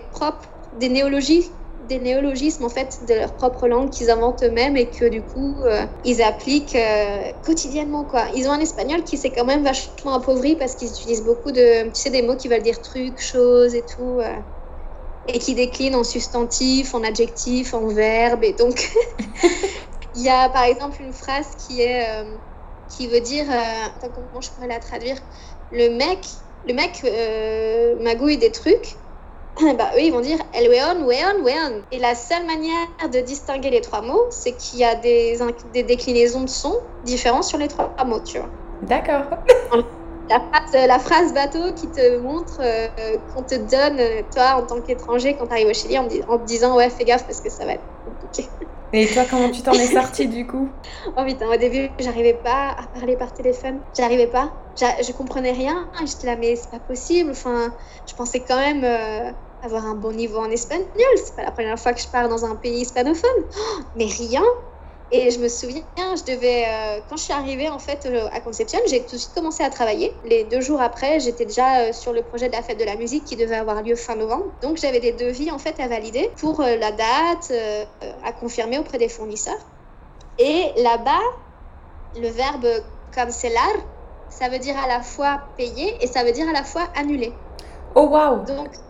néologismes en fait de leur propre langue qu'ils inventent eux-mêmes et que du coup ils appliquent quotidiennement, quoi. Ils ont un espagnol qui s'est quand même vachement appauvri parce qu'ils utilisent beaucoup des mots qui veulent dire trucs, choses et tout, et qui déclinent en substantif, en adjectif, en verbe, et donc il y a par exemple une phrase qui veut dire attends, comment je pourrais la traduire? Le mec le mec magouille des trucs, bah, eux, ils vont dire El weon, weon, weon. Et la seule manière de distinguer les 3 mots, c'est qu'il y a des déclinaisons de sons différents sur les 3 mots, tu vois. D'accord. La phrase bateau qui te montre qu'on te donne, toi, en tant qu'étranger, quand tu arrives au Chili, en te disant, ouais, fais gaffe parce que ça va être compliqué. Et toi, comment tu t'en es sortie du coup? Oh putain, au début, j'arrivais pas à parler par téléphone. J'arrivais pas. Je comprenais rien. J'étais là, mais c'est pas possible. Enfin, je pensais quand même avoir un bon niveau en espagnol. C'est pas la première fois que je pars dans un pays hispanophone. Oh, mais rien. Et je me souviens, quand je suis arrivée en fait à Concepción, j'ai tout de suite commencé à travailler. Les 2 jours après, j'étais déjà sur le projet de la fête de la musique qui devait avoir lieu fin novembre. Donc j'avais des devis en fait à valider pour la date, à confirmer auprès des fournisseurs. Et là-bas, le verbe cancelar, ça veut dire à la fois payer et ça veut dire à la fois annuler. Oh waouh!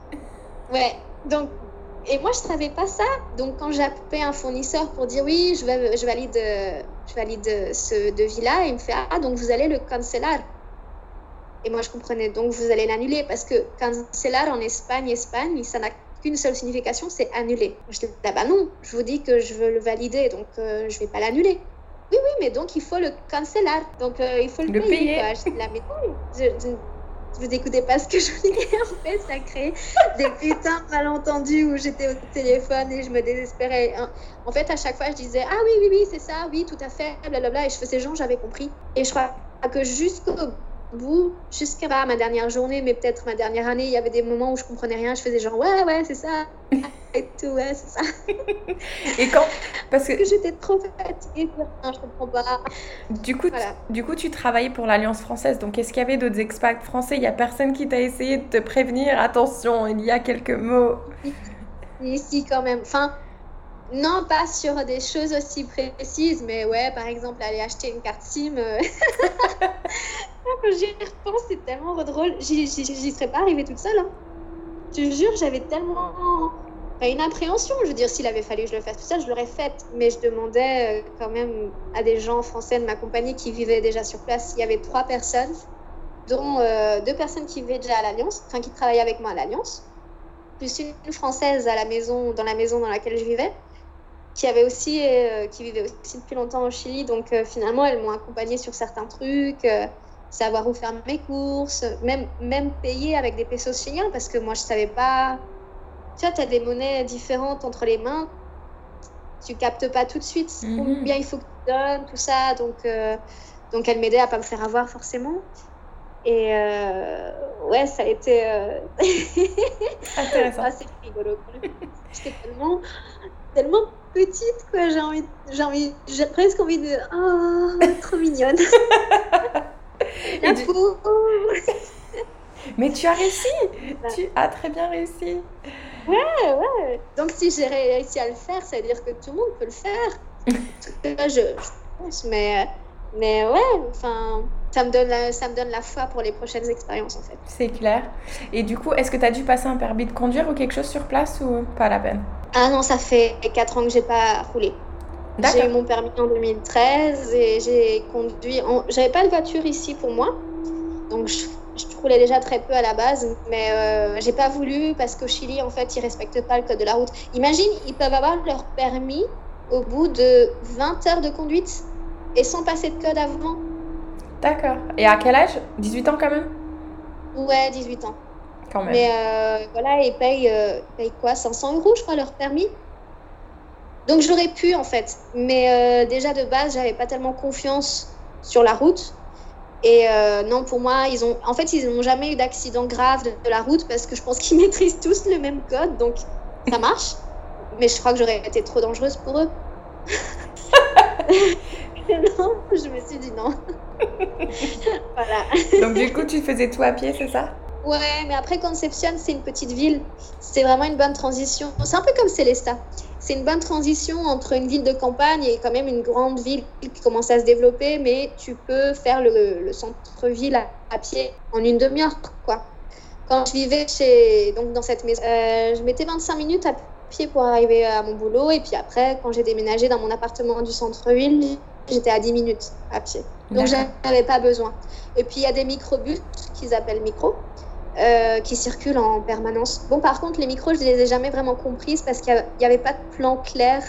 Et moi, je savais pas ça. Donc, quand j'appelais un fournisseur pour dire oui, je valide ce devis-là, il me fait ah, donc vous allez le cancelar. Et moi, je comprenais donc vous allez l'annuler parce que cancelar en Espagne, ça n'a qu'une seule signification, c'est annuler. Je dis ah bah non, je vous dis que je veux le valider, donc je vais pas l'annuler. Oui, mais donc il faut le cancelar, donc il faut le payer. Quoi. Je dis là, mais non, vous n'écoutez pas ce que je vous dis. En fait, ça crée des putains de malentendus où j'étais au téléphone et je me désespérais. En fait, à chaque fois, je disais ah oui, c'est ça, oui, tout à fait, blablabla, et je faisais genre, j'avais compris. Et je crois que jusqu'à ma dernière journée, mais peut-être ma dernière année, il y avait des moments où je comprenais rien, je faisais genre ouais, c'est ça, et tout, ouais, c'est ça. Et quand parce que j'étais trop fatiguée, je comprends pas. Du coup, tu travaillais pour l'Alliance française, donc est-ce qu'il y avait d'autres expats français? Il y a personne qui t'a essayé de te prévenir, attention, il y a quelques mots. Ici quand même, enfin. Non, pas sur des choses aussi précises, mais ouais, par exemple, aller acheter une carte SIM. Quand j'y repense, c'est tellement drôle. J'y serais pas arrivée toute seule. Hein. Je te jure, j'avais tellement une appréhension. Je veux dire, s'il avait fallu que je le fasse tout seul, je l'aurais faite. Mais je demandais quand même à des gens français de m'accompagner qui vivaient déjà sur place. Il y avait 3 personnes, dont 2 personnes qui vivaient déjà à l'Alliance, enfin qui travaillaient avec moi à l'Alliance, plus une Française dans la maison dans laquelle je vivais. Qui vivait aussi depuis longtemps au Chili, donc finalement elles m'ont accompagnée sur certains trucs, savoir où faire mes courses, même payer avec des pesos chiliens parce que moi je savais pas. Tu vois, tu as des monnaies différentes entre les mains, tu captes pas tout de suite combien il faut que tu donnes, tout ça, donc elle m'aidait à pas me faire avoir forcément. Et ouais, ça a été intéressant. C'est rigolo. J'étais tellement petite, quoi. J'ai presque envie de trop mignonne. La pauvre. Mais tu as réussi. Tu as très bien réussi. Ouais. Donc si j'ai réussi à le faire, ça veut dire que tout le monde peut le faire. Je pense, mais ouais, enfin, ça me donne la foi pour les prochaines expériences en fait. C'est clair. Et du coup, est-ce que tu as dû passer un permis de conduire ou quelque chose sur place ou pas la peine? Ah non, ça fait 4 ans que j'ai pas roulé. D'accord. J'ai eu mon permis en 2013 et j'ai conduit. J'avais pas de voiture ici pour moi, donc je roulais déjà très peu à la base, mais j'ai pas voulu parce qu'au Chili en fait ils respectent pas le code de la route. Imagine, ils peuvent avoir leur permis au bout de 20 heures de conduite et sans passer de code avant. D'accord. Et à quel âge? 18 ans quand même? Ouais, 18 ans. Quand même. Mais voilà, ils payent quoi, 500 € je crois leur permis. Donc j'aurais pu en fait, mais déjà de base j'avais pas tellement confiance sur la route. Et non, pour moi, ils n'ont jamais eu d'accident grave de la route parce que je pense qu'ils maîtrisent tous le même code, donc ça marche. Mais je crois que j'aurais été trop dangereuse pour eux. Non, je me suis dit non. Voilà. Donc du coup, tu faisais tout à pied, c'est ça? Ouais, mais après Concepción, c'est une petite ville. C'est vraiment une bonne transition. C'est un peu comme Célesta. C'est une bonne transition entre une ville de campagne et quand même une grande ville qui commence à se développer, mais tu peux faire le centre-ville à pied en une demi-heure, quoi. Quand je vivais dans cette maison, je mettais 25 minutes à pied pour arriver à mon boulot, et puis après, quand j'ai déménagé dans mon appartement du centre-ville, j'étais à 10 minutes à pied. Donc, j'avais pas besoin. Et puis, il y a des microbus qu'ils appellent micro, qui circulent en permanence. Bon, par contre, les micros, je ne les ai jamais vraiment comprises parce qu'il n'y avait pas de plan clair.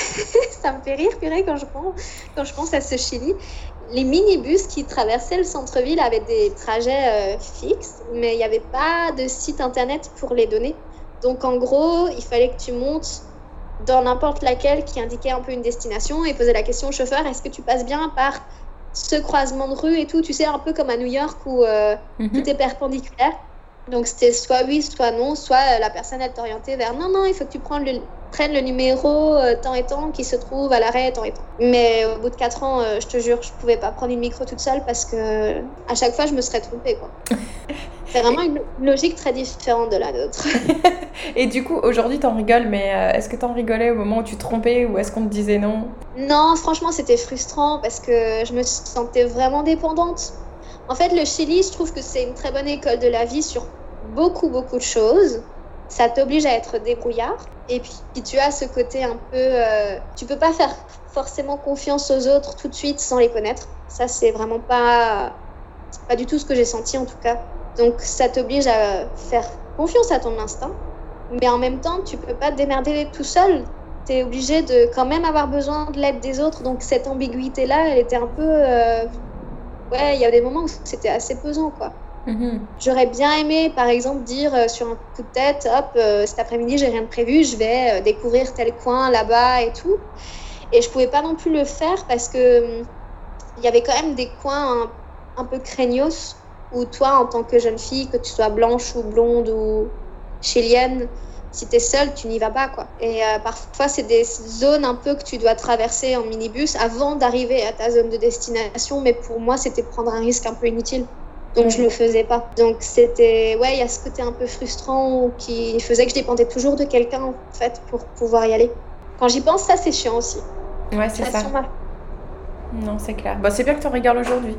Ça me fait rire, purée, quand je pense à ce Chili. Les minibus qui traversaient le centre-ville avaient des trajets fixes, mais il n'y avait pas de site internet pour les donner. Donc, en gros, il fallait que tu montes dans n'importe laquelle qui indiquait un peu une destination et poser la question au chauffeur, est-ce que tu passes bien par ce croisement de rue et tout, tu sais, un peu comme à New York où tout est perpendiculaire. Donc c'était soit oui, soit non, soit la personne elle t'orientait vers non, il faut que tu prennes le numéro tant et tant qui se trouve à l'arrêt tant et tant. Mais au bout de 4 ans, je te jure, je pouvais pas prendre une micro toute seule parce que à chaque fois je me serais trompée, quoi. C'est vraiment une logique très différente de la nôtre. Et du coup, aujourd'hui, t'en rigoles, mais est-ce que t'en rigolais au moment où tu te trompais ou est-ce qu'on te disait non? Non, franchement, c'était frustrant parce que je me sentais vraiment dépendante. En fait, le Chili, je trouve que c'est une très bonne école de la vie sur beaucoup de choses. Ça t'oblige à être débrouillard. Et puis, tu as ce côté un peu... tu peux pas faire forcément confiance aux autres tout de suite sans les connaître. Ça, c'est vraiment pas du tout ce que j'ai senti, en tout cas. Donc, ça t'oblige à faire confiance à ton instinct. Mais en même temps, tu peux pas te démerder tout seul. Tu es obligé de quand même avoir besoin de l'aide des autres. Donc, cette ambiguïté-là, elle était un peu... Ouais, il y a des moments où c'était assez pesant, quoi. J'aurais bien aimé, par exemple, dire sur un coup de tête, hop, cet après-midi, j'ai rien de prévu, je vais découvrir tel coin là-bas et tout. Et je pouvais pas non plus le faire parce que il y avait quand même des coins un peu craignos où toi, en tant que jeune fille, que tu sois blanche ou blonde ou chilienne, si t'es seule, tu n'y vas pas, quoi. Et parfois, c'est des zones un peu que tu dois traverser en minibus avant d'arriver à ta zone de destination. Mais pour moi, c'était prendre un risque un peu inutile. Donc, je le faisais pas. Donc, c'était... Ouais, il y a ce côté un peu frustrant qui faisait que je dépendais toujours de quelqu'un, en fait, pour pouvoir y aller. Quand j'y pense, ça, c'est chiant aussi. Ouais, c'est ça. Non, c'est clair. Bon, c'est bien que tu en rigoles aujourd'hui.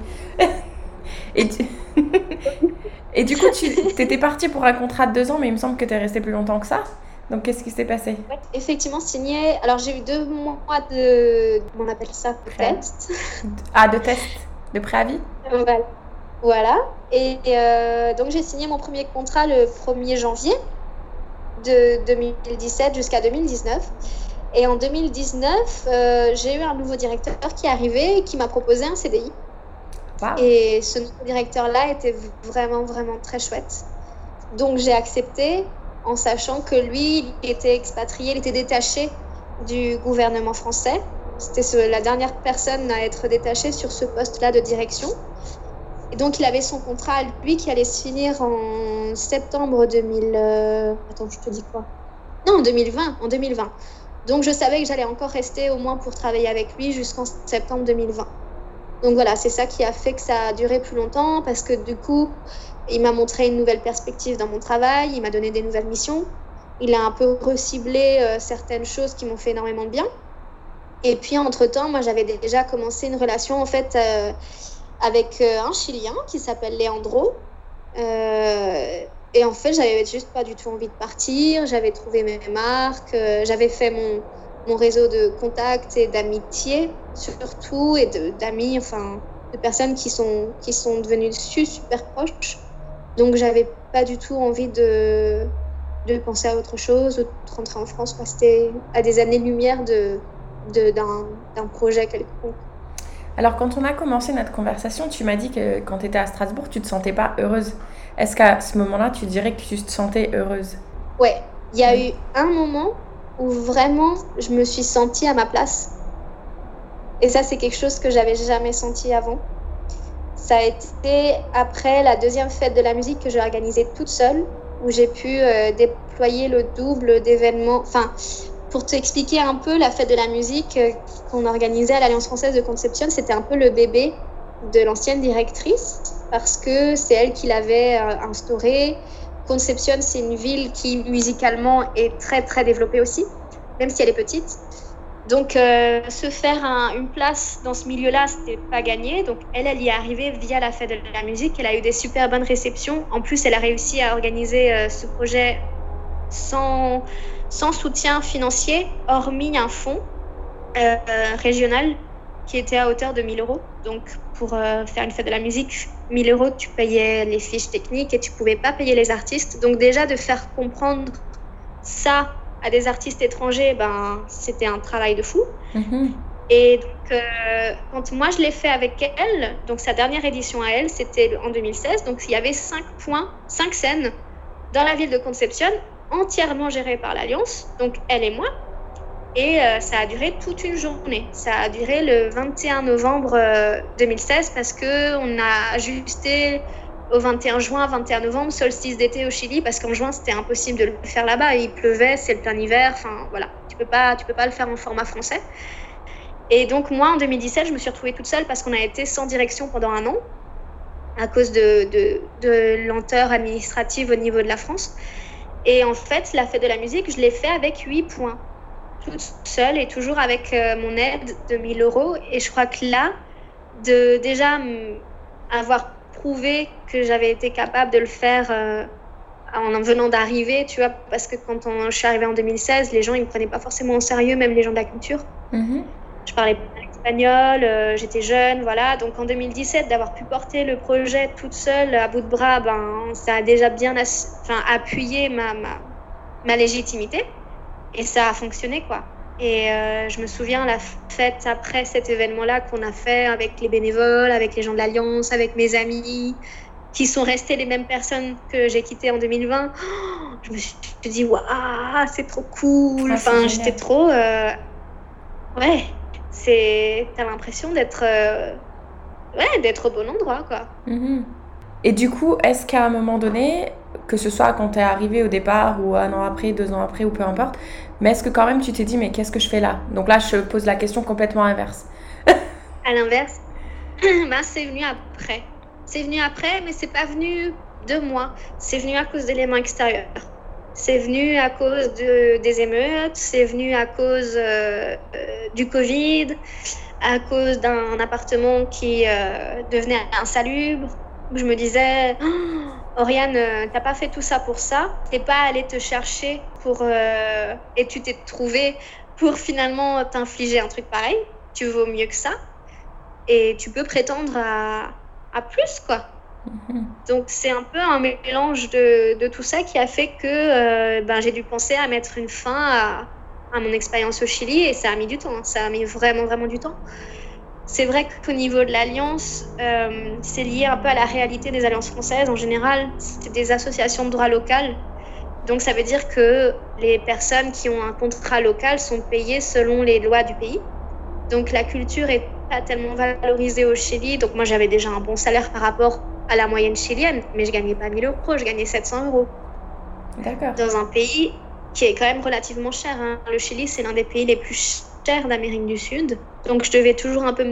Et du coup, tu étais partie pour un contrat de 2 ans, mais il me semble que tu es restée plus longtemps que ça. Donc, qu'est-ce qui s'est passé? Ouais, effectivement, signé. Alors, j'ai eu 2 mois de... Comment on appelle ça? De test. Ah, de test. De préavis. Voilà. Et donc, j'ai signé mon premier contrat le 1er janvier de 2017 jusqu'à 2019. Et en 2019, j'ai eu un nouveau directeur qui est arrivé et qui m'a proposé un CDI. Wow. Et ce nouveau directeur-là était vraiment très chouette. Donc, j'ai accepté en sachant que lui, il était expatrié, il était détaché du gouvernement français. C'était la dernière personne à être détachée sur ce poste-là de direction. Et donc, il avait son contrat, lui, qui allait se finir en septembre 2000... Attends, je te dis quoi? Non, en 2020. Donc, je savais que j'allais encore rester au moins pour travailler avec lui jusqu'en septembre 2020. Donc, voilà, c'est ça qui a fait que ça a duré plus longtemps parce que, du coup, il m'a montré une nouvelle perspective dans mon travail, il m'a donné des nouvelles missions. Il a un peu reciblé certaines choses qui m'ont fait énormément de bien. Et puis, entre-temps, moi, j'avais déjà commencé une relation, en fait... avec un Chilien qui s'appelle Leandro. Et en fait, j'avais juste pas du tout envie de partir. J'avais trouvé mes marques. J'avais fait mon réseau de contacts et d'amitié, surtout, et d'amis, enfin, de personnes qui sont devenues super proches. Donc, j'avais pas du tout envie de penser à autre chose, de rentrer en France. C'était à des années-lumière d'un projet quelconque. Alors, quand on a commencé notre conversation, tu m'as dit que quand tu étais à Strasbourg, tu ne te sentais pas heureuse. Est-ce qu'à ce moment-là, tu dirais que tu te sentais heureuse? Ouais, il y a eu un moment où vraiment, je me suis sentie à ma place. Et ça, c'est quelque chose que j'avais jamais senti avant. Ça a été après la 2e fête de la musique que j'ai organisée toute seule, où j'ai pu déployer le double d'événements... Enfin, pour t'expliquer un peu, la fête de la musique qu'on organisait à l'Alliance française de Concepción, c'était un peu le bébé de l'ancienne directrice parce que c'est elle qui l'avait instauré. Concepción, c'est une ville qui musicalement est très développée aussi, même si elle est petite. Donc, se faire une place dans ce milieu-là, c'était pas gagné. Donc, elle y est arrivée via la fête de la musique. Elle a eu des super bonnes réceptions. En plus, elle a réussi à organiser ce projet sans soutien financier, hormis un fonds régional qui était à hauteur de 1 000 €. Donc, pour faire une fête de la musique, 1 000 €, tu payais les fiches techniques et tu ne pouvais pas payer les artistes. Donc, déjà, de faire comprendre ça à des artistes étrangers, c'était un travail de fou. Et donc, quand moi, je l'ai fait avec elle, donc sa dernière édition à elle, c'était en 2016. Donc, il y avait 5 scènes dans la ville de Concepción, entièrement gérées par l'Alliance, donc elle et moi. Et ça a duré toute une journée. Ça a duré le 21 novembre 2016 parce qu'on a ajusté au 21 juin, 21 novembre, solstice d'été au Chili, parce qu'en juin, c'était impossible de le faire là-bas. Il pleuvait, c'est le plein hiver. Enfin, voilà, tu peux pas le faire en format français. Et donc, moi, en 2017, je me suis retrouvée toute seule parce qu'on a été sans direction pendant 1 an à cause de lenteur administrative au niveau de la France. Et en fait, la fête de la musique, je l'ai fait avec 8 points. Toute seule et toujours avec mon aide de 1 000 €. Et je crois que là, de déjà avoir prouvé que j'avais été capable de le faire en venant d'arriver, tu vois, parce que quand je suis arrivée en 2016, les gens, ils me prenaient pas forcément au sérieux, même les gens de la culture. Je parlais pas l'espagnol, j'étais jeune, voilà. Donc en 2017, d'avoir pu porter le projet toute seule, à bout de bras, ça a déjà bien appuyé ma légitimité. Et ça a fonctionné, quoi. Et je me souviens, la fête après cet événement-là qu'on a fait avec les bénévoles, avec les gens de l'Alliance, avec mes amis, qui sont restés les mêmes personnes que j'ai quittées en 2020. Je me suis dit, waouh, c'est trop cool. J'étais trop... Ouais, t'as l'impression d'être au bon endroit, quoi. Et du coup, est-ce qu'à un moment donné, que ce soit quand t'es arrivée au départ ou 1 an après, 2 ans après ou peu importe, mais est-ce que quand même tu t'es dit mais qu'est-ce que je fais là? Donc là, je pose la question complètement inverse. À l'inverse, c'est venu après. C'est venu après, mais c'est pas venu de moi. C'est venu à cause d'éléments extérieurs. C'est venu à cause des émeutes, c'est venu à cause du Covid, à cause d'un appartement qui devenait insalubre. Je me disais, Oriane, t'as pas fait tout ça pour ça. T'es pas allée te chercher et tu t'es trouvée pour finalement t'infliger un truc pareil. Tu vaux mieux que ça. Et tu peux prétendre à plus, quoi. Donc c'est un peu un mélange de tout ça qui a fait que j'ai dû penser à mettre une fin à mon expérience au Chili, et ça a mis du temps. Ça a mis vraiment, vraiment du temps. C'est vrai qu'au niveau de l'Alliance, c'est lié un peu à la réalité des alliances françaises. En général, c'est des associations de droit local. Donc ça veut dire que les personnes qui ont un contrat local sont payées selon les lois du pays. Donc la culture est pas tellement valorisée au Chili. Donc moi, j'avais déjà un bon salaire par rapport à la moyenne chilienne, mais je gagnais pas 1 000 €, je gagnais 700 €. D'accord. Dans un pays qui est quand même relativement cher. Le Chili, c'est l'un des pays les plus chers d'Amérique du Sud. Donc je devais toujours un peu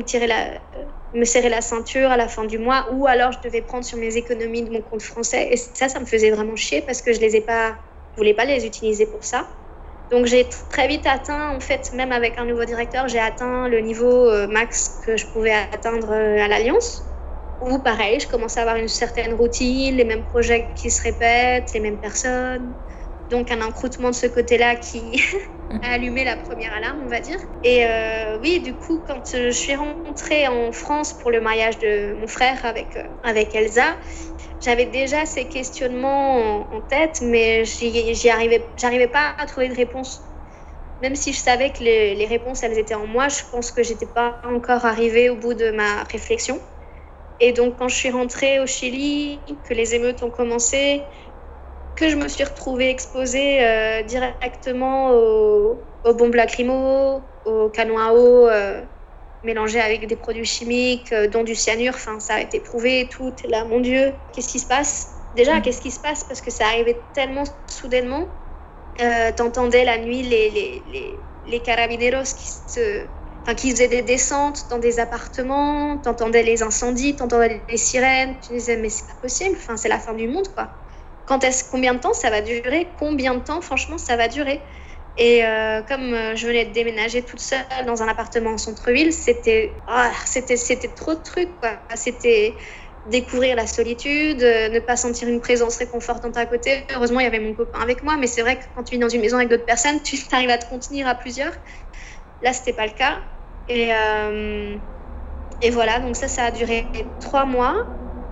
me serrer la ceinture à la fin du mois, ou alors je devais prendre sur mes économies de mon compte français. Et ça me faisait vraiment chier parce que je voulais pas les utiliser pour ça. Donc j'ai très vite atteint, en fait, même avec un nouveau directeur, j'ai atteint le niveau max que je pouvais atteindre à l'Alliance. Où pareil, je commençais à avoir une certaine routine, les mêmes projets qui se répètent, les mêmes personnes. Donc un encroutement de ce côté-là qui a allumé la première alarme, on va dire. Et oui, du coup, quand je suis rentrée en France pour le mariage de mon frère avec Elsa, j'avais déjà ces questionnements en tête, mais j'arrivais pas à trouver de réponse. Même si je savais que les réponses, elles étaient en moi, je pense que j'étais pas encore arrivée au bout de ma réflexion. Et donc, quand je suis rentrée au Chili, que les émeutes ont commencé, que je me suis retrouvée exposée directement aux bombes lacrymo, aux canons à eau mélangés avec des produits chimiques, dont du cyanure. Enfin, ça a été prouvé, tout est là. Mon Dieu, qu'est-ce qui se passe? Déjà, qu'est-ce qui se passe? Parce que ça arrivait tellement soudainement. T'entendais la nuit les carabineros qui faisaient des descentes dans des appartements, t'entendais les incendies, t'entendais les sirènes, tu disais mais c'est pas possible, c'est la fin du monde, quoi. Combien de temps ça va durer? Combien de temps, franchement, ça va durer? Et comme je venais de déménager toute seule dans un appartement en centre-ville, c'était trop de trucs, quoi. C'était découvrir la solitude, ne pas sentir une présence réconfortante à côté. Heureusement, il y avait mon copain avec moi, mais c'est vrai que quand tu vis dans une maison avec d'autres personnes, tu arrives à te contenir à plusieurs. Là, c'était pas le cas. Et voilà, donc ça a duré 3 mois,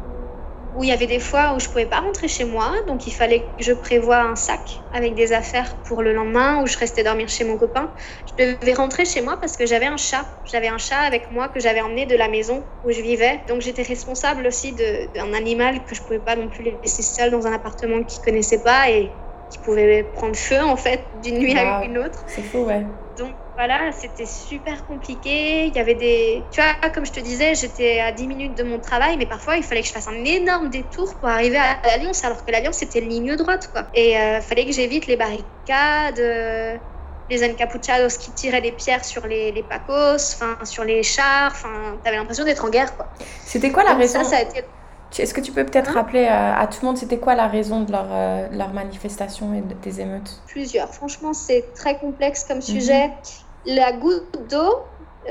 où il y avait des fois où je pouvais pas rentrer chez moi, donc il fallait que je prévoie un sac avec des affaires pour le lendemain, où je restais dormir chez mon copain. Je devais rentrer chez moi parce que j'avais un chat. J'avais un chat avec moi que j'avais emmené de la maison où je vivais. Donc j'étais responsable aussi d'un animal que je pouvais pas non plus laisser seul dans un appartement qu'il connaissait pas et qui pouvait prendre feu en fait d'une nuit à une autre. C'est fou, ouais. Donc voilà, c'était super compliqué. Il y avait tu vois, comme je te disais, j'étais à 10 minutes de mon travail, mais parfois il fallait que je fasse un énorme détour pour arriver à l'Alliance, alors que l'Alliance c'était ligne droite, quoi. Et fallait que j'évite les barricades, les encapuchados qui tiraient des pierres sur les pacos, sur les chars. T'avais l'impression d'être en guerre, quoi. C'était quoi la raison? Ça a été... Est-ce que tu peux peut-être rappeler à tout le monde, c'était quoi la raison de leur manifestation et des émeutes? Plusieurs. Franchement, c'est très complexe comme sujet. La goutte d'eau,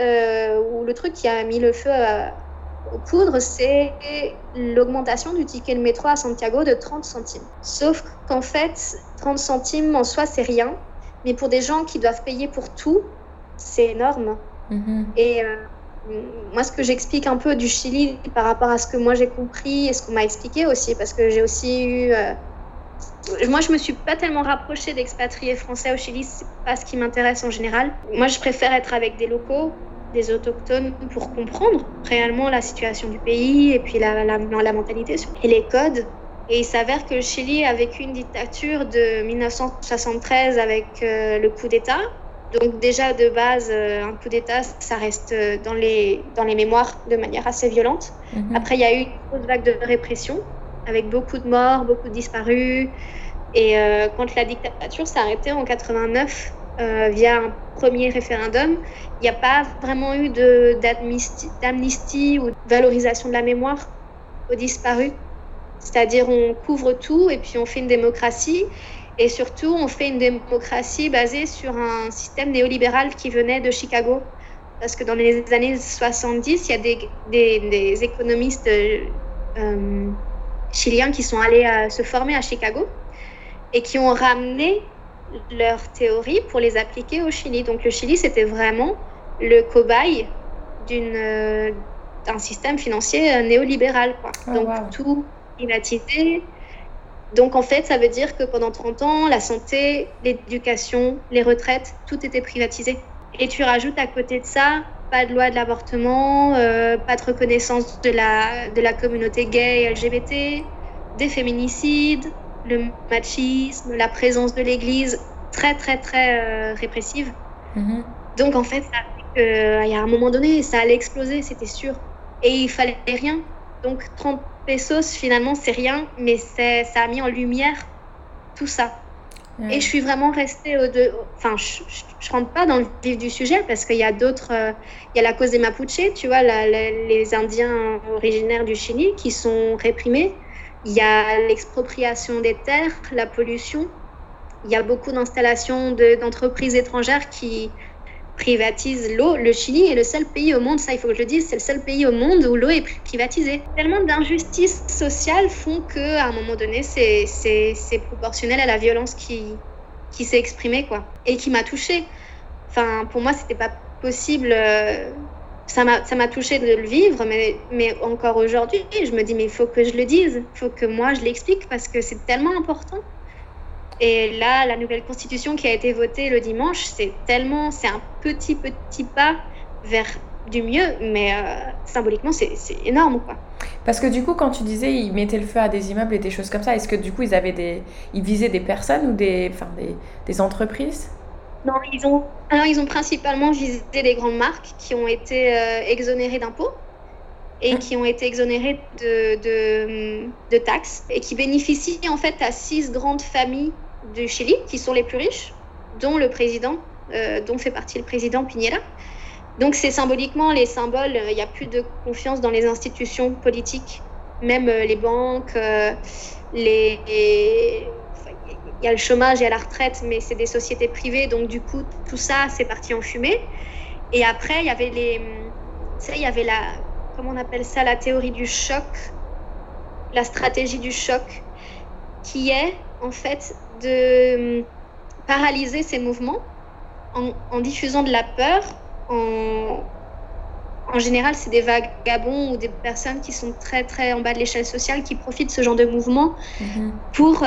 ou le truc qui a mis le feu aux poudres, c'est l'augmentation du ticket de métro à Santiago de 30 centimes. Sauf qu'en fait, 30 centimes en soi, c'est rien. Mais pour des gens qui doivent payer pour tout, c'est énorme. Et moi, ce que j'explique un peu du Chili par rapport à ce que moi j'ai compris et ce qu'on m'a expliqué aussi, parce que j'ai aussi eu... Moi, je me suis pas tellement rapprochée d'expatriés français au Chili, c'est pas ce qui m'intéresse en général. Moi, je préfère être avec des locaux, des autochtones, pour comprendre réellement la situation du pays et puis la mentalité et les codes. Et il s'avère que le Chili a vécu une dictature de 1973 avec le coup d'État. Donc déjà, de base, un coup d'État, ça reste dans les mémoires de manière assez violente. Après, il y a eu une grosse vague de répression, avec beaucoup de morts, beaucoup de disparus. Et quand la dictature s'est arrêtée en 89, via un premier référendum, il n'y a pas vraiment eu d'amnistie ou de valorisation de la mémoire aux disparus. C'est-à-dire, on couvre tout et puis on fait une démocratie. Et surtout, on fait une démocratie basée sur un système néolibéral qui venait de Chicago. Parce que dans les années 70, il y a des économistes chiliens qui sont allés se former à Chicago et qui ont ramené leurs théories pour les appliquer au Chili. Donc le Chili, c'était vraiment le cobaye d'un système financier néolibéral, quoi. Donc tout privatisé. Donc en fait, ça veut dire que pendant 30 ans, la santé, l'éducation, les retraites, tout était privatisé. Et tu rajoutes à côté de ça, pas de loi de l'avortement, pas de reconnaissance de la communauté gay et LGBT, des féminicides, le machisme, la présence de l'Église très très très répressive. Donc en fait, ça fait qu'il y a un moment donné, ça allait exploser, c'était sûr. Et il fallait rien. Donc 30 pesos, finalement, c'est rien, mais ça a mis en lumière tout ça. Et je suis vraiment restée je rentre pas dans le vif du sujet parce qu'il y a d'autres... il y a la cause des Mapuches, tu vois, les Indiens originaires du Chili qui sont réprimés. Il y a l'expropriation des terres, la pollution. Il y a beaucoup d'installations d'entreprises étrangères qui privatise l'eau. Le Chili est le seul pays au monde, ça il faut que je le dise, c'est le seul pays au monde où l'eau est privatisée. Tellement d'injustices sociales font qu'à un moment donné, c'est proportionnel à la violence qui s'est exprimée, quoi, et qui m'a touchée. Enfin, pour moi, c'était pas possible. Ça m'a touchée de le vivre, mais encore aujourd'hui, je me dis, mais il faut que je le dise, il faut que moi je l'explique parce que c'est tellement important. Et là, la nouvelle constitution qui a été votée le dimanche, c'est un petit pas vers du mieux, mais symboliquement, c'est énorme, quoi. Parce que du coup, quand tu disais ils mettaient le feu à des immeubles et des choses comme ça, est-ce que du coup ils visaient des personnes ou des entreprises? Non, ils ont principalement visé les grandes marques qui ont été exonérées d'impôts et qui ont été exonérées de taxes et qui bénéficient en fait à 6 grandes familles du Chili, qui sont les plus riches, dont le président, dont fait partie le président Piñera. Donc c'est symboliquement les symboles, il n'y a plus de confiance dans les institutions politiques, même les banques, il y a le chômage, il y a la retraite, mais c'est des sociétés privées, donc du coup tout ça c'est parti en fumée. Et après il y avait comment on appelle ça, la théorie du choc, la stratégie du choc, qui est en fait de paralyser ces mouvements en diffusant de la peur, en général, c'est des vagabonds ou des personnes qui sont très, très en bas de l'échelle sociale qui profitent de ce genre de mouvement pour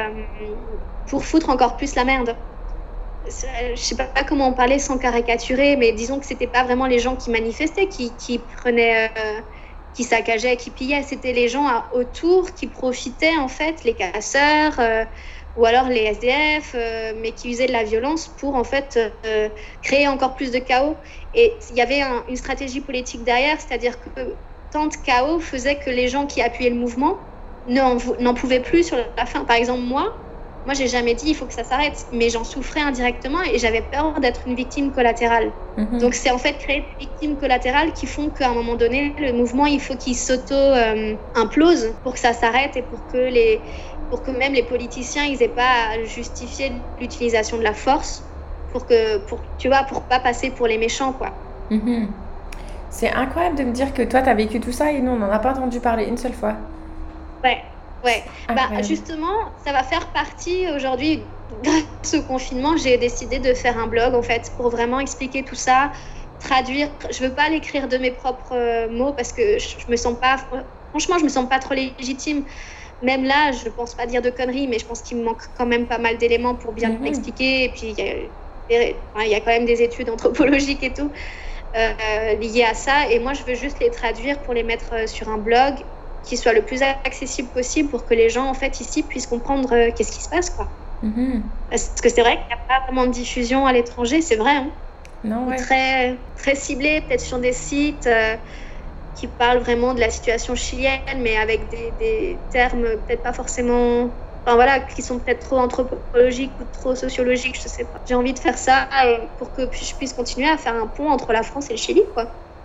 foutre encore plus la merde. Je sais pas comment en parler sans caricaturer, mais disons que c'était pas vraiment les gens qui manifestaient, qui prenaient, qui saccageaient, qui pillaient. C'était les gens autour qui profitaient, en fait, les casseurs, ou alors les SDF, mais qui usaient de la violence pour, en fait, créer encore plus de chaos. Et il y avait une stratégie politique derrière, c'est-à-dire que tant de chaos faisait que les gens qui appuyaient le mouvement n'en pouvaient plus sur la fin. Par exemple, moi, j'ai jamais dit il faut que ça s'arrête, mais j'en souffrais indirectement et j'avais peur d'être une victime collatérale. Donc c'est en fait créer des victimes collatérales qui font qu'à un moment donné, le mouvement, il faut qu'il s'auto-implose pour que ça s'arrête et pour que même les politiciens, ils aient pas à justifier l'utilisation de la force pour pas passer pour les méchants, quoi. C'est incroyable de me dire que toi, tu as vécu tout ça et nous, on n'en a pas entendu parler une seule fois. Ouais. Justement, ça va faire partie aujourd'hui, grâce au confinement, j'ai décidé de faire un blog en fait pour vraiment expliquer tout ça, traduire. Je veux pas l'écrire de mes propres mots parce que je me sens pas trop légitime. Même là, je pense pas dire de conneries, mais je pense qu'il me manque quand même pas mal d'éléments pour bien l'expliquer. Et puis il y a quand même des études anthropologiques et tout liées à ça. Et moi, je veux juste les traduire pour les mettre sur un blog qui soit le plus accessible possible pour que les gens, en fait, ici, puissent comprendre qu'est-ce qui se passe, quoi. Parce que c'est vrai qu'il n'y a pas vraiment de diffusion à l'étranger, c'est vrai, hein. Non, ouais. Très, très ciblé, peut-être sur des sites qui parlent vraiment de la situation chilienne, mais avec des termes peut-être pas forcément... Enfin voilà, qui sont peut-être trop anthropologiques ou trop sociologiques, je sais pas. J'ai envie de faire ça pour que je puisse continuer à faire un pont entre la France et le Chili, quoi.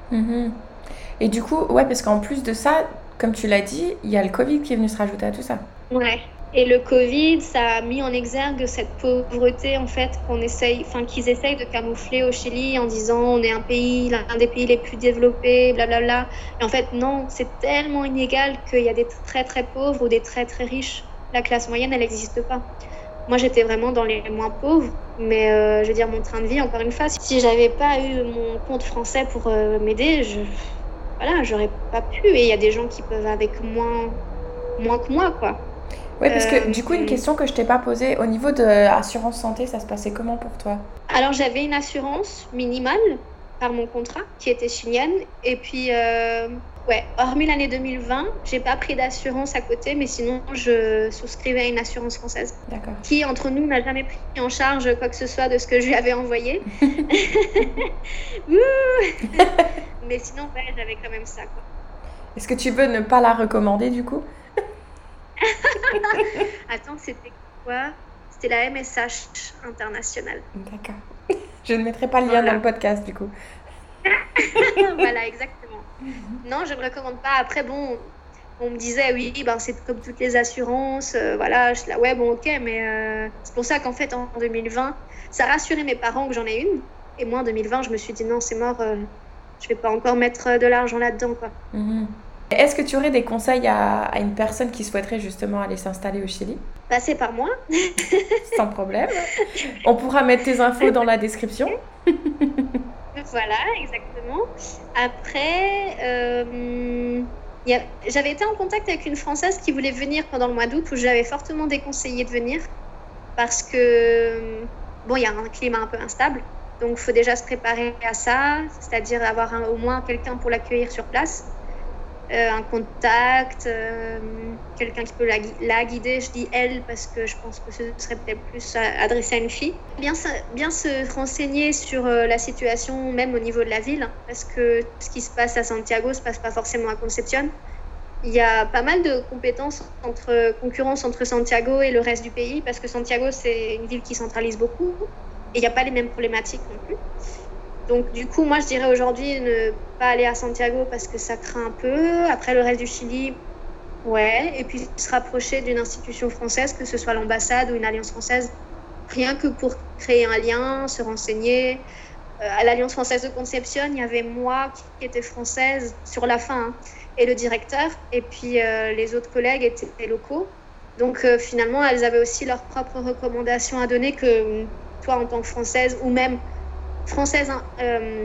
Et du coup, ouais, parce qu'en plus de ça, comme tu l'as dit, il y a le Covid qui est venu se rajouter à tout ça. Ouais. Et le Covid, ça a mis en exergue cette pauvreté, en fait, qu'ils essayent de camoufler au Chili en disant on est l'un des pays les plus développés, blablabla. Et en fait, non, c'est tellement inégal qu'il y a des très très pauvres ou des très très riches. La classe moyenne, elle n'existe pas. Moi, j'étais vraiment dans les moins pauvres, mais je veux dire, mon train de vie, encore une fois, si j'avais pas eu mon compte français pour m'aider, j'aurais pas pu. Et il y a des gens qui peuvent avec moins que moi, quoi. Oui, parce que du coup, une question que je t'ai pas posée, au niveau de l'assurance santé, ça se passait comment pour toi? Alors, j'avais une assurance minimale par mon contrat, qui était chilienne. Et puis, hormis l'année 2020, j'ai pas pris d'assurance à côté, mais sinon, je souscrivais à une assurance française. D'accord. Qui, entre nous, n'a jamais pris en charge quoi que ce soit de ce que je lui avais envoyé. Mais sinon, j'avais quand même ça, quoi. Est-ce que tu veux ne pas la recommander, du coup? Attends, c'était quoi? C'était la MSH internationale. D'accord. Je ne mettrai pas le lien dans le podcast, du coup. Voilà, exactement. Non, je ne le recommande pas. Après, bon, on me disait, oui, c'est comme toutes les assurances. Voilà, je suis là, ouais, bon, ok, mais c'est pour ça qu'en fait, en 2020, ça rassurait mes parents que j'en ai une. Et moi, en 2020, je me suis dit, non, c'est mort, je vais pas encore mettre de l'argent là-dedans, quoi. Est-ce que tu aurais des conseils à une personne qui souhaiterait justement aller s'installer au Chili? Passez par moi. Sans problème. On pourra mettre tes infos dans la description. Voilà, exactement. Après, j'avais été en contact avec une Française qui voulait venir pendant le mois d'août, où j'avais fortement déconseillé de venir parce que, il y a un climat un peu instable. Donc, il faut déjà se préparer à ça, c'est-à-dire avoir au moins quelqu'un pour l'accueillir sur place. Un contact, quelqu'un qui peut la guider, je dis elle parce que je pense que ce serait peut-être plus adressé à une fille. Bien se renseigner sur la situation même au niveau de la ville, hein, parce que ce qui se passe à Santiago ne se passe pas forcément à Concepción. Il y a pas mal de concurrence entre Santiago et le reste du pays, parce que Santiago c'est une ville qui centralise beaucoup et il n'y a pas les mêmes problématiques non plus. Donc du coup, moi je dirais aujourd'hui ne pas aller à Santiago parce que ça craint un peu. Après le reste du Chili, ouais. Et puis se rapprocher d'une institution française, que ce soit l'ambassade ou une alliance française, rien que pour créer un lien, se renseigner. À l'Alliance française de Concepción, il y avait moi qui étais française sur la fin, hein, et le directeur. Et puis les autres collègues étaient locaux. Donc finalement, elles avaient aussi leurs propres recommandations à donner que toi en tant que Française ou même Française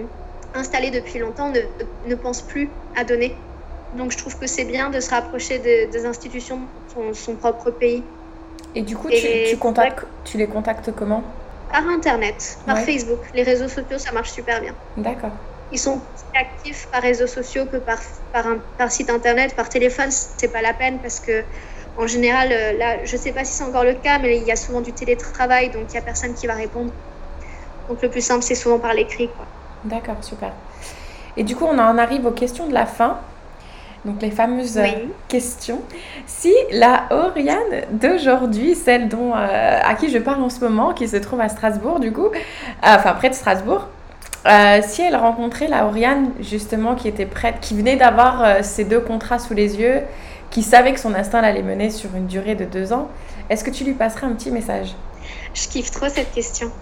installés depuis longtemps ne pensent plus à donner. Donc je trouve que c'est bien de se rapprocher des institutions de son propre pays. Et du coup, tu les contactes comment? Par Internet, par Facebook. Les réseaux sociaux, ça marche super bien. D'accord. Ils sont plus actifs par réseaux sociaux que par site Internet. Par téléphone, c'est pas la peine parce que en général, là, je sais pas si c'est encore le cas, mais il y a souvent du télétravail, donc il y a personne qui va répondre. Donc le plus simple, c'est souvent par l'écrit, quoi. D'accord, super. Et du coup, on en arrive aux questions de la fin. Donc les fameuses questions. Si la Oriane d'aujourd'hui, celle à qui je parle en ce moment, qui se trouve à Strasbourg du coup, enfin près de Strasbourg, si elle rencontrait la Oriane justement qui était prête, qui venait d'avoir ces 2 contrats sous les yeux, qui savait que son instinct l'allait mener sur une durée de 2 ans, est-ce que tu lui passerais un petit message? Je kiffe trop cette question.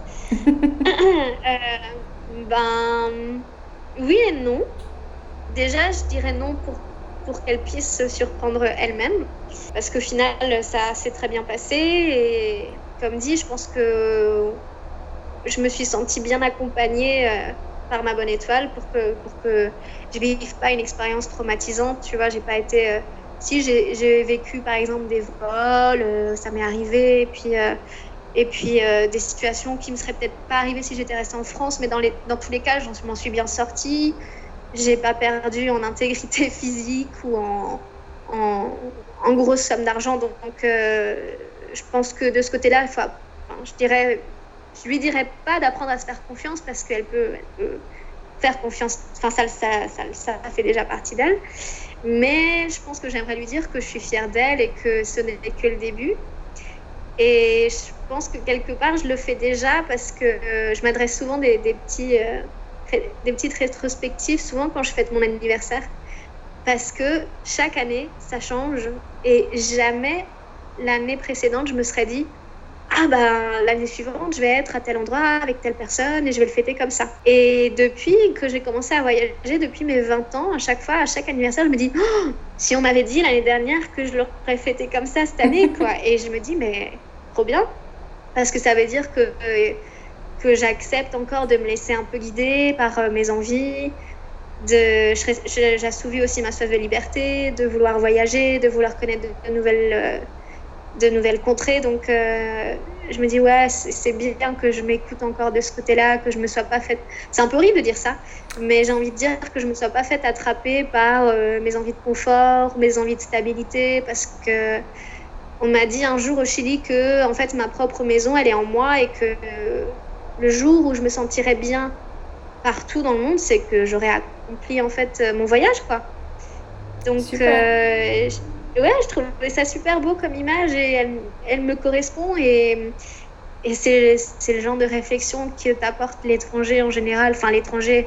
Oui et non. Déjà, je dirais non pour qu'elle puisse se surprendre elle-même. Parce qu'au final, ça s'est très bien passé. Et comme dit, je pense que je me suis sentie bien accompagnée par ma bonne étoile pour que je ne vive pas une expérience traumatisante. Tu vois, j'ai pas été... si j'ai vécu, par exemple, des vols, ça m'est arrivé. Et puis des situations qui ne me seraient peut-être pas arrivées si j'étais restée en France. Mais dans tous les cas, je m'en suis bien sortie. J'ai pas perdu en intégrité physique ou en grosse somme d'argent. Donc je pense que de ce côté-là, je lui dirais pas d'apprendre à se faire confiance parce qu'elle peut faire confiance. Enfin, ça fait déjà partie d'elle. Mais je pense que j'aimerais lui dire que je suis fière d'elle et que ce n'est que le début. Et je pense que quelque part, je le fais déjà parce que je m'adresse souvent des petites rétrospectives, souvent quand je fête mon anniversaire, parce que chaque année, ça change. Et jamais l'année précédente, je me serais dit l'année suivante, je vais être à tel endroit avec telle personne et je vais le fêter comme ça. Et depuis que j'ai commencé à voyager, depuis mes 20 ans, à chaque anniversaire, je me dis si on m'avait dit l'année dernière que je l'aurais fêté comme ça cette année, quoi. Et je me dis mais trop bien, parce que ça veut dire que j'accepte encore de me laisser un peu guider par mes envies, j'assouvis aussi ma soif de liberté, de vouloir voyager, de vouloir connaître de nouvelles contrées. Donc je me dis c'est bien que je m'écoute encore de ce côté-là, que je me sois pas faite, c'est un peu horrible de dire ça, mais j'ai envie de dire que je me sois pas faite attraper par mes envies de confort, mes envies de stabilité, parce que on m'a dit un jour au Chili que en fait ma propre maison elle est en moi et que le jour où je me sentirais bien partout dans le monde, c'est que j'aurais accompli en fait mon voyage, quoi. Donc je trouvais ça super beau comme image et elle me correspond et c'est le genre de réflexion que t'apporte l'étranger en général, enfin l'étranger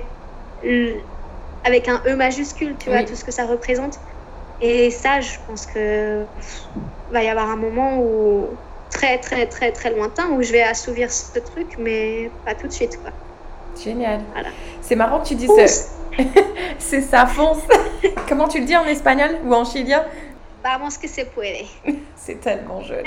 avec un E majuscule, tu vois, tout ce que ça représente. Et ça, je pense que va y avoir un moment où très très très très lointain où je vais assouvir ce truc, mais pas tout de suite, quoi. Génial. Voilà. C'est marrant que tu dises c'est ça, fonce. Comment tu le dis en espagnol ou en chilien? Vamos que se puede. C'est tellement joli.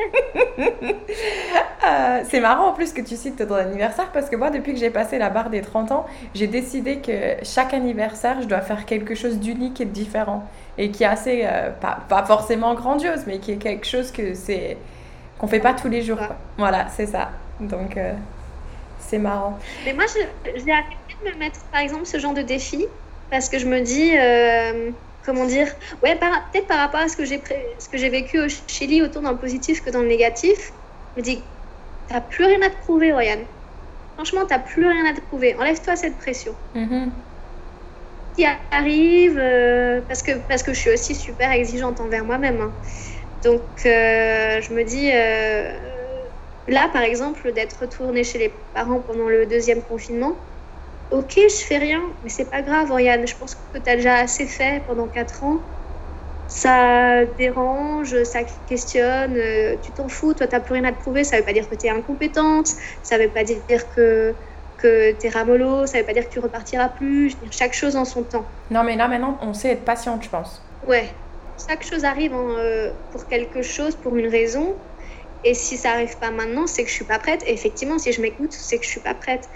C'est marrant en plus que tu cites ton anniversaire parce que moi, depuis que j'ai passé la barre des 30 ans, j'ai décidé que chaque anniversaire, je dois faire quelque chose d'unique et de différent. Et qui est assez, pas forcément grandiose, mais qui est quelque chose qu'on fait pas tous les jours, quoi. Voilà, c'est ça. Donc, c'est marrant. Mais moi, j'ai arrêté de me mettre, par exemple, ce genre de défi parce que je me dis... comment dire, peut-être par rapport à ce que j'ai vécu au Chili, autant dans le positif que dans le négatif, je me dis, t'as plus rien à te prouver, Oriane. Franchement, t'as plus rien à te prouver. Enlève-toi cette pression. Qui arrive, parce que je suis aussi super exigeante envers moi-même. Hein. Donc, je me dis, là, par exemple, d'être retournée chez les parents pendant le 2e confinement, ok, je fais rien, mais c'est pas grave, Oriane. Je pense que tu as déjà assez fait pendant 4 ans. Ça dérange, ça questionne, tu t'en fous, toi, t'as plus rien à te prouver. Ça veut pas dire que tu es incompétente, ça veut pas dire que tu es ramollo, ça veut pas dire que tu repartiras plus. Je veux dire, chaque chose en son temps. Non, mais là, maintenant, on sait être patiente, je pense. Ouais, chaque chose arrive pour quelque chose, pour une raison. Et si ça arrive pas maintenant, c'est que je suis pas prête. Et effectivement, si je m'écoute, c'est que je suis pas prête.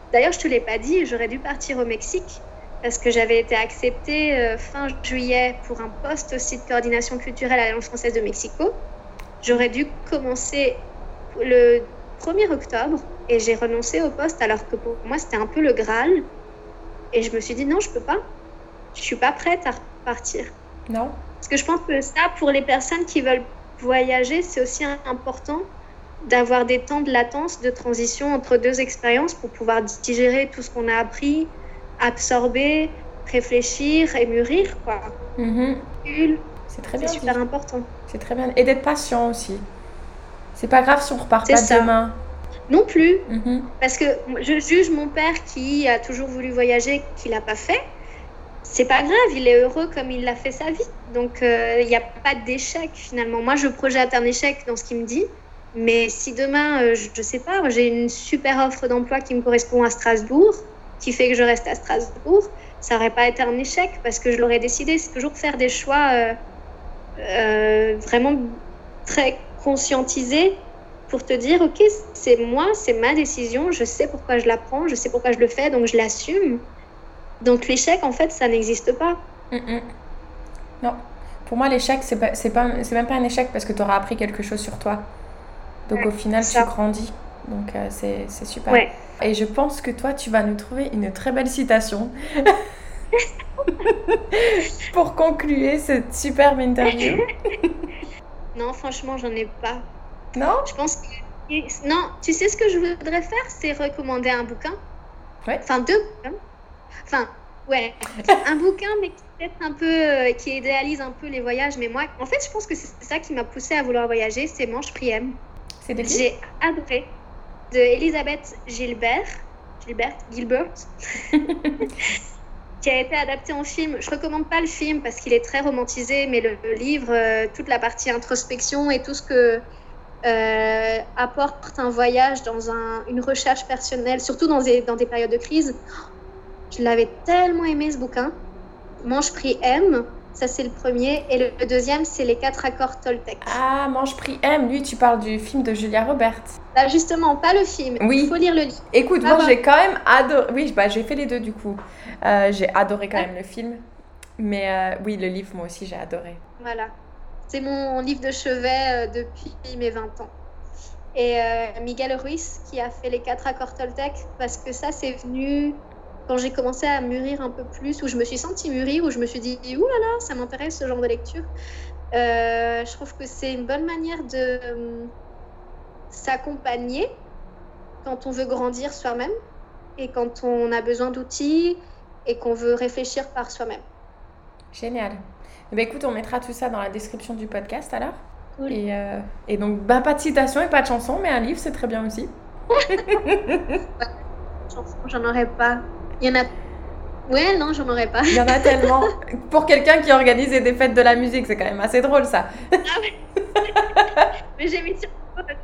D'ailleurs, je te l'ai pas dit, j'aurais dû partir au Mexique parce que j'avais été acceptée fin juillet pour un poste aussi de coordination culturelle à l'Alliance française de Mexico. J'aurais dû commencer le 1er octobre et j'ai renoncé au poste alors que pour moi, c'était un peu le Graal. Et je me suis dit non, je peux pas. Je suis pas prête à repartir. Non. Parce que je pense que ça, pour les personnes qui veulent voyager, c'est aussi important d'avoir des temps de latence, de transition entre deux expériences pour pouvoir digérer tout ce qu'on a appris, absorber, réfléchir et mûrir, quoi. C'est très bien. C'est super important. C'est très bien. Et d'être patient aussi. C'est pas grave si on repart C'est pas ça. demain. Non plus. Parce que je juge mon père qui a toujours voulu voyager, qui l'a pas fait. C'est pas grave, il est heureux comme il l'a fait sa vie. Donc, il n'y a pas d'échec finalement. Moi, je projette un échec dans ce qu'il me dit. Mais si demain, je sais pas, j'ai une super offre d'emploi qui me correspond à Strasbourg, qui fait que je reste à Strasbourg, ça n'aurait pas été un échec parce que je l'aurais décidé. C'est toujours faire des choix vraiment très conscientisés pour te dire, ok, c'est moi, c'est ma décision, je sais pourquoi je la prends, je sais pourquoi je le fais, donc je l'assume. Donc l'échec, en fait, ça n'existe pas. Non. Pour moi, l'échec, c'est même pas un échec parce que tu auras appris quelque chose sur toi. Donc au final, tu grandis. Donc c'est super. Ouais. Et je pense que toi, tu vas nous trouver une très belle citation pour conclure cette superbe interview. Non, franchement, j'en ai pas. Non ? Je pense que... Non, tu sais ce que je voudrais faire, c'est recommander un bouquin. Ouais. Enfin, 2 bouquins. Enfin, ouais. Un bouquin, mais qui peut-être un peu... qui idéalise un peu les voyages. Mais moi, en fait, je pense que c'est ça qui m'a poussée à vouloir voyager, c'est Mange, Prie, Aime. C'est de qui ? J'ai adoré. De Elisabeth Gilbert, qui a été adapté en film. Je recommande pas le film parce qu'il est très romantisé, mais le livre, toute la partie introspection et tout ce que apporte un voyage dans une recherche personnelle, surtout dans des périodes de crise. Je l'avais tellement aimé ce bouquin. Mange, Prie, Aime. Ça, c'est le premier. Et le deuxième, c'est Les 4 accords Toltec. Ah, Mange, Prie, Aime. Lui, tu parles du film de Julia Roberts. Bah, justement, pas le film. Oui. Il faut lire le livre. Écoute, moi, j'ai quand même adoré... Oui, j'ai fait les deux, du coup. J'ai adoré quand même le film. Mais oui, le livre, moi aussi, j'ai adoré. Voilà. C'est mon livre de chevet depuis mes 20 ans. Et Miguel Ruiz, qui a fait Les 4 accords Toltec, parce que ça, c'est venu... quand j'ai commencé à mûrir un peu plus, où je me suis sentie mûrir, où je me suis dit « Ouh là là, ça m'intéresse ce genre de lecture ». Je trouve que c'est une bonne manière de s'accompagner quand on veut grandir soi-même et quand on a besoin d'outils et qu'on veut réfléchir par soi-même. Génial. Ben écoute, on mettra tout ça dans la description du podcast alors. Cool. Et donc, bah, pas de citation et pas de chanson, mais un livre, c'est très bien aussi. J'en aurais pas. Il y en a... Ouais, non, j'en aurais pas. Il y en a tellement. Pour quelqu'un qui organise des fêtes de la musique, c'est quand même assez drôle, ça. Ah ouais. Mais j'ai mis sur...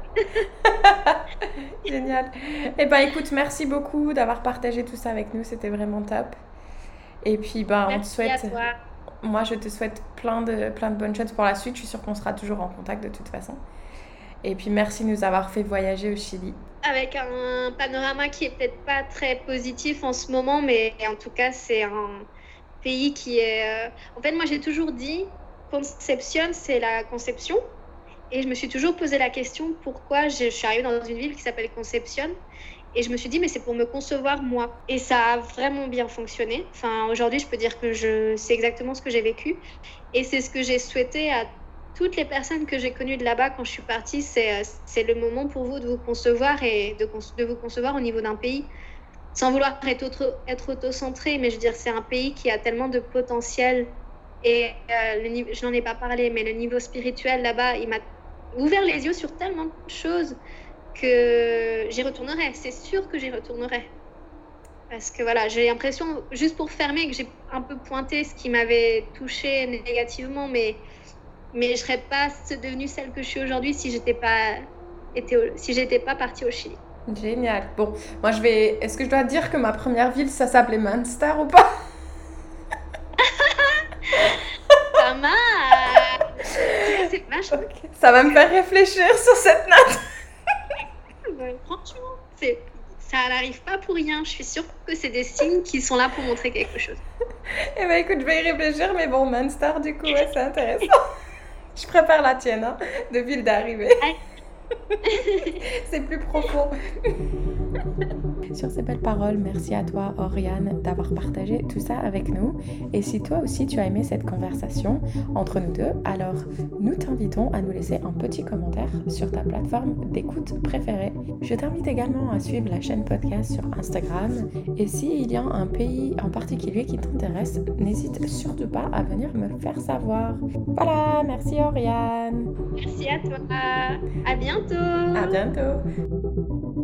Génial. Eh ben, écoute, merci beaucoup d'avoir partagé tout ça avec nous. C'était vraiment top. Et puis, ben, on te souhaite... Merci à toi. Moi, je te souhaite plein de bonnes choses pour la suite. Je suis sûre qu'on sera toujours en contact de toute façon. Et puis, merci de nous avoir fait voyager au Chili. Avec un panorama qui est peut-être pas très positif en ce moment, mais en tout cas, c'est un pays qui est... En fait, moi, j'ai toujours dit, Concepción, c'est la conception. Et je me suis toujours posé la question, pourquoi je suis arrivée dans une ville qui s'appelle Concepción. Et je me suis dit, mais c'est pour me concevoir moi. Et ça a vraiment bien fonctionné. Enfin, aujourd'hui, je peux dire que c'est exactement ce que j'ai vécu. Et c'est ce que j'ai souhaité à toutes les personnes que j'ai connues de là-bas quand je suis partie. C'est le moment pour vous de vous concevoir et de vous concevoir au niveau d'un pays. Sans vouloir être auto-centré, mais je veux dire, c'est un pays qui a tellement de potentiel. Et je n'en ai pas parlé, mais le niveau spirituel là-bas, il m'a ouvert les yeux sur tellement de choses que j'y retournerai. C'est sûr que j'y retournerai. Parce que voilà, j'ai l'impression, juste pour fermer, que j'ai un peu pointé ce qui m'avait touchée négativement, mais je ne serais pas devenue celle que je suis aujourd'hui si j'étais pas partie au Chili. Génial. Bon, moi est-ce que je dois dire que ma première ville, ça s'appelait Münster ou pas? Pas mal. C'est vachement. Okay. Ça va me faire réfléchir sur cette note. Franchement, ça n'arrive pas pour rien. Je suis sûre que c'est des signes qui sont là pour montrer quelque chose. Eh ben écoute, je vais y réfléchir, mais bon, Munster, du coup, ouais, c'est intéressant. Je prépare la tienne, hein, de ville d'arrivée. C'est plus profond. Sur ces belles paroles, merci à toi, Oriane, d'avoir partagé tout ça avec nous. Et si toi aussi tu as aimé cette conversation entre nous deux, alors nous t'invitons à nous laisser un petit commentaire sur ta plateforme d'écoute préférée. Je t'invite également à suivre la chaîne podcast sur Instagram. Et s'il y a un pays en particulier qui t'intéresse, n'hésite surtout pas à venir me le faire savoir. Voilà, merci Oriane. Merci à toi. À bientôt. À bientôt.